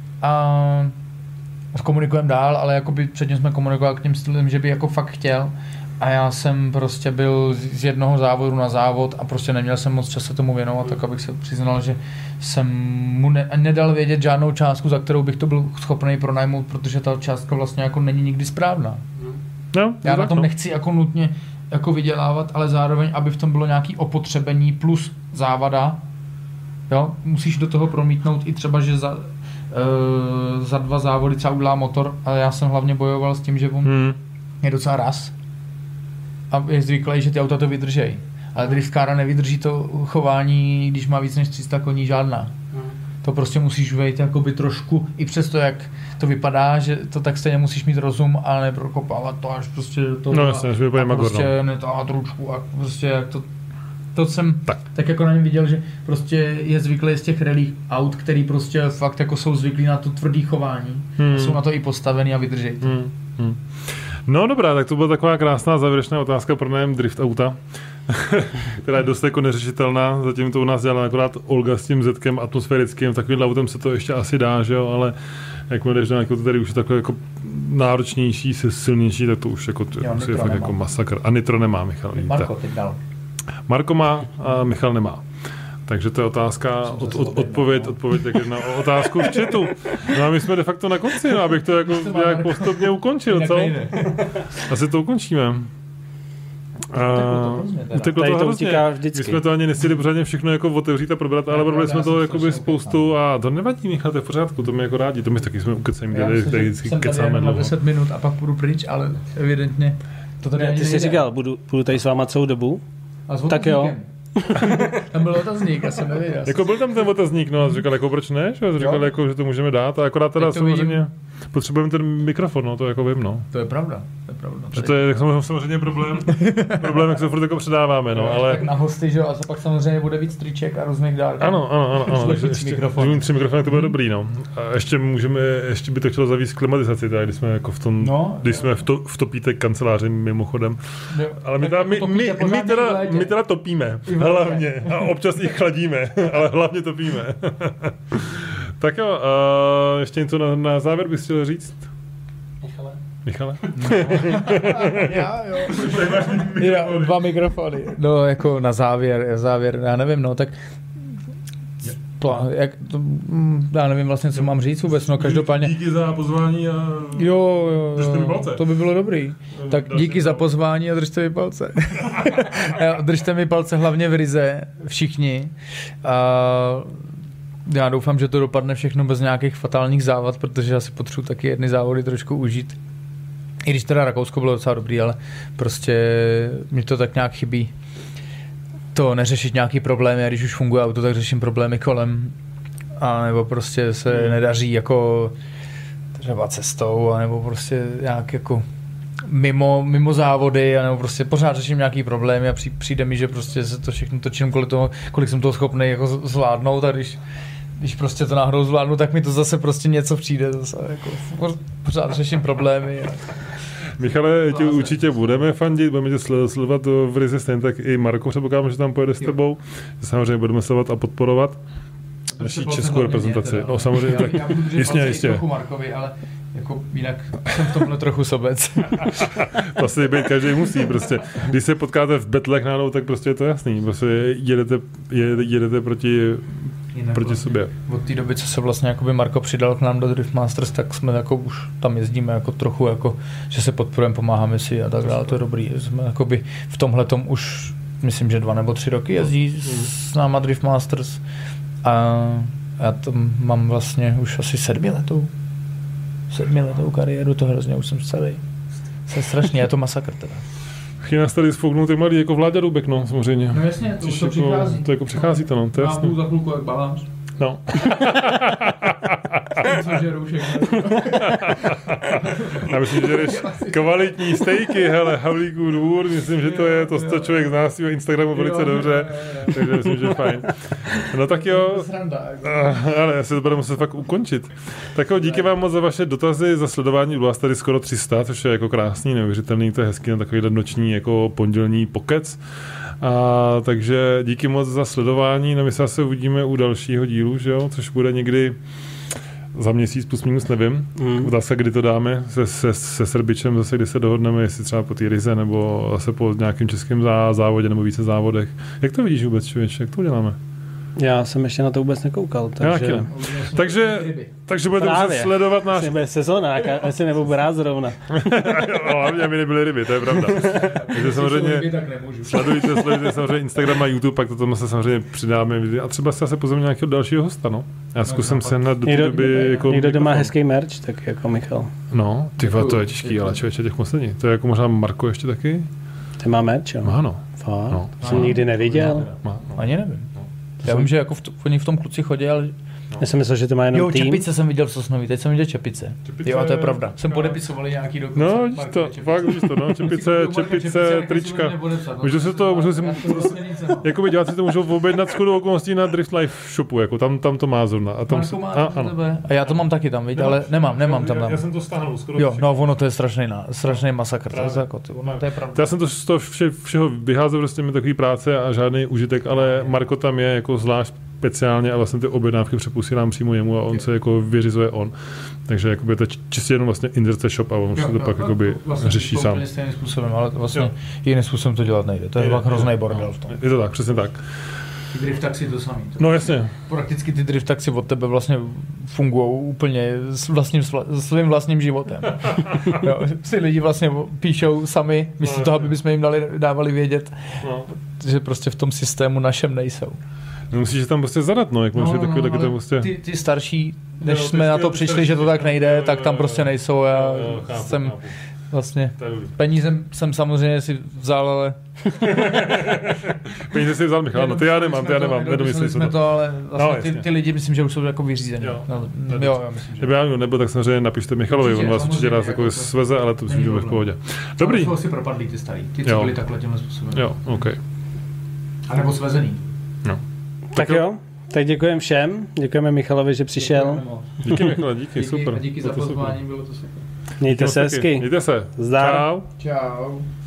a komunikujeme dál, ale jakoby předtím jsme komunikovali k tím stylem, že by jako fakt chtěl. A já jsem prostě byl z jednoho závodu na závod a prostě neměl jsem moc času tomu věnovat, tak abych se přiznal, že jsem mu ne, nedal vědět žádnou částku, za kterou bych to byl schopný pronajmout, protože ta částka vlastně jako není nikdy správná. No, já na tom no. nechci jako nutně jako vydělávat, ale zároveň, aby v tom bylo nějaký opotřebení plus závada, jo, musíš do toho promítnout i třeba, že za, e, za dva závody třeba udělá motor, ale já jsem hlavně bojoval s tím, že on hmm. je docela raz a je zvyklý, že ty auta to vydržejí. Ale driftkára nevydrží to chování, když má víc než tři sta koní, žádná. Hmm. To prostě musíš vejít jakoby trošku, i přesto, jak to vypadá, že to tak stejně musíš mít rozum a neprokopávat to až prostě do toho. No jasně, že a prostě netáhat ručku a prostě jak to, to jsem tak. tak jako na něm viděl, že prostě je zvyklý z těch rally aut, který prostě fakt jako jsou zvyklí na to tvrdý chování. Hmm. Jsou na to i postavený a vydrží. Hmm. Hmm. No dobrá, tak to byla taková krásná závěrečná otázka pro nájem drift auta, která je dost jako neřešitelná. Zatím to u nás dělá akorát Olga s tím zetkem atmosférickým, takovým autem se to ještě asi dá, že jo, ale jak jdeš na jako to tady už je takové jako náročnější, silnější, tak to už jako, jo, je fakt jako masakr. A nitro nemá Michal. Marko teď dal. Marko má a Michal nemá. Takže to je otázka, od, od, odpověď, odpověď jak jedna otázku v chatu. No a my jsme de facto na konci, no, abych to jako nějak postupně ukončil, co? Asi to ukončíme. Uteklo to hrozně. My jsme to ani nestihli pořádně všechno jako otevřít a probrat, ale probrali jsme to jakoby spoustu a to nevadí, Michal, to je v pořádku, to my jako rádi, to my taky jsme ukecení, tady vždycky kecáme. Já jsem deset minut a pak půjdu pryč, ale evidentně to tady ne, ty jsi říkal, budu, budu tady s váma celou dobu, tak jo. Tam byl otazník, já jsem nevěděl. Jako byl tam ten otazník, no a jsi říkal, jako proč ne, že? Říkal, jako, že to můžeme dát a akorát teda samozřejmě vidím. Potřebujeme ten mikrofon, no to jako vím, no. To je pravda, to je pravda. Že to je samozřejmě problém, problém, jak se furt jako předáváme, no, ale... Tak na hosty, že jo, a pak samozřejmě bude víc triček a různých dárků. Ano, ano, ano, ano, takže ještě, mikrofon. tři mikrofony, to bude dobrý, no. A ještě můžeme, ještě by to chtělo zavíst klimatizaci, tak, když jsme jako v tom, no, když jsme v, to, v topíte kanceláři mimochodem. Jo, ale my, teda, my, my, my, teda, my teda topíme, hlavně, a občas i chladíme, ale hlavně topíme. Tak jo, uh, ještě něco na, na závěr bys chtěl říct? Michale. Michale? No. Já, jo. Já, dva mikrofony. No, jako na závěr, závěr, já nevím, no, tak Plá, jak to, já nevím vlastně, co mám říct vůbec, no každopádně. Díky za pozvání a jo, jo, držte mi palce. To by bylo dobrý. Tak díky za pozvání a držte mi palce. Držte mi palce hlavně v Rize, všichni. A já doufám, že to dopadne všechno bez nějakých fatálních závad, protože já si potřebuji taky jedny závody trošku užít. I když teda Rakousko bylo docela dobrý, ale prostě mi to tak nějak chybí. To neřešit nějaký problémy, a když už funguje auto, tak řeším problémy kolem. A nebo prostě se hmm. nedaří jako třeba cestou, a nebo prostě nějak jako mimo, mimo závody, a nebo prostě pořád řeším nějaký problémy a přijde mi, že prostě se to všechno točím kvůli toho, kolik jsem toho schopný jako zvládnout, a když když prostě to náhodou zvládnu, tak mi to zase prostě něco přijde. Zase, jako, pořád řeším problémy. A... Michale, ti určitě budeme fandit, budeme tě sledovat v Rize, stejně tak i Marko, předpokládám, že tam pojede s tebou. Samozřejmě budeme sledovat a podporovat naší českou reprezentaci. No, samozřejmě, tak já budu jistě, jistě. Trochu Markovi, ale jako jinak jsem v tomhle trochu sobec. To asi být každý musí prostě. Když se potkáte v betlech náhodou, tak prostě je to jasný. Prostě jedete, jedete proti Jinak proti vlastně sobě. Od té doby, co se vlastně jakoby Marko přidal k nám do Drift Masters, tak jsme jako už tam jezdíme jako trochu, jako, že se podporujeme, pomáháme si a tak dále, to je dobrý. Jsme jakoby v tomhletom už, myslím, že dva nebo tři roky jezdí mm. s náma Drift Masters a já tam mám vlastně už asi sedmiletou sedmiletou kariéru, to hrozně už jsem celý. To je strašně, je to masakr teda. Chtějí nás tady sfouknout ty mladí, jako Vláďa Dubek, no, samozřejmě. No jasně, to, to jako, přichází. To jako přichází to, no, to je jasný. Za chvilku jak balář. No. Já myslím, že jdeš kvalitní stejky, hele, Havlíků dvůr, myslím, že to je, to, to člověk zná svýho Instagramu velice dobře, takže myslím, že je fajn. No tak jo, ale já se to budu muset fakt ukončit. Tak jo, díky vám moc za vaše dotazy, za sledování, bylo vás tady skoro tři sta, což je jako krásný, neuvěřitelný, to je hezký na takovýhle noční jako pondělní pokec. A takže díky moc za sledování, no my se zase uvidíme u dalšího dílu, že jo, což bude někdy za měsíc plus minus, nevím. Mm. Otázka, kdy to dáme se, se, se Srbičem, zase kdy se dohodneme, jestli třeba po té Ryze, nebo zase po nějakém českém závodě, nebo více závodech. Jak to vidíš vůbec, člověče, jak to uděláme? Já jsem ještě na to vůbec nekoukal, takže... takže, takže budete muset sledovat náš... Bude sezóna, já si nebudu brát zrovna. Hlavně mi nebyly ryby, to je pravda. Takže samozřejmě sledujte, sledujte samozřejmě Instagram a YouTube, pak to tomu se samozřejmě přidáme. A třeba se zase pozveme nějakého dalšího hosta, no. Já zkusím se na do té doby... Jako někdo, kdo má hezký merch, tak jako Michal. No, tyhle, to je těžký, ale člověče těch poslední. To je jako možná Marko ještě taky? Ty má merch, jo? Má, no. Fakt? No. Jsem nikdy neviděl. Má, no. Ani nevím. Já vím, že jako v t- oni v tom kluci chodí, ale... No. Já jsem myslel, že to má jenom jo, tým. Jo, čepice jsem viděl v Sosnoví, teď jsem viděl čepice. čepice jo, a to je pravda. No. Jsem podepisovali nějaký dokument. No, víš to, fakt víš to, no, čepice, čepice, trička. Můžu si to, můžu si, jakoby diváci to můžou objednat shodou okolností na Drift Life shopu, jako tam, tam to má zrovna. A tam Marko má a, ano. A já to mám taky tam, víš, ale nemám, nemám tam tam. Já jsem to stáhnul skoro. Jo, no ono to je strašný, strašný masakr, to je jako, to je pravda. Já jsem to z toho vše, všeho vyházel, prostě mi takový práce a žádný užitek, ale Marko tam je jako zvlášť speciálně a vlastně ty objednávky přeposílám přímo jemu a on se jako vyřizuje on. Takže jakoby to je čistě jenom vlastně inzerce shop a on se to pak jakoby vlastně řeší sám. Vlastně stejným způsobem, ale vlastně jiným způsobem to dělat nejde. To je fakt hrozný bordel v tom. Je to tak, přesně tak. Ty drift taxi to samý. To no jasně. Prakticky ty drift taxi od tebe vlastně fungují úplně s vlastním, svým vlastním životem. Jo, si lidi vlastně píšou sami, místo no, toho, aby bychom jim dali, dávali vědět, no. že prostě v tom systému našem nejsou. No musíš tam prostě zadat, no, jak máš no, takový, no, taky tam prostě... Ty, ty starší, než jo, jsme na to přišli, starší, že to tak nejde, jo, tak tam prostě nejsou. Já jo, jo, chápu, jsem chápu. Vlastně, peníze jsem samozřejmě si vzal, ale... Peníze si vzal Michal, no ty já nemám, ty já nemám, nedomyslí se to. to. Ale vlastně no, ty, ty lidi myslím, že už jsou jako vyřízení. Jo, no, jo, jo, myslím, že... Kdyby já nebo tak samozřejmě napište Michalovi, on vás určitě rád jako sveze, ale to myslím, že bude v pohodě. Dobrý. To si propadlí ty starý, ty co byli takhle tímhle způsobem. Jo, OK. A nebo svezený. No. Tak, tak jo, tak děkujeme všem, děkujeme Michalovi, že přišel. Díky Michale, díky, díky super. Díky za pozvání, bylo to super. Mějte se hezky. Mějte se. Zdar. Čau. Čau.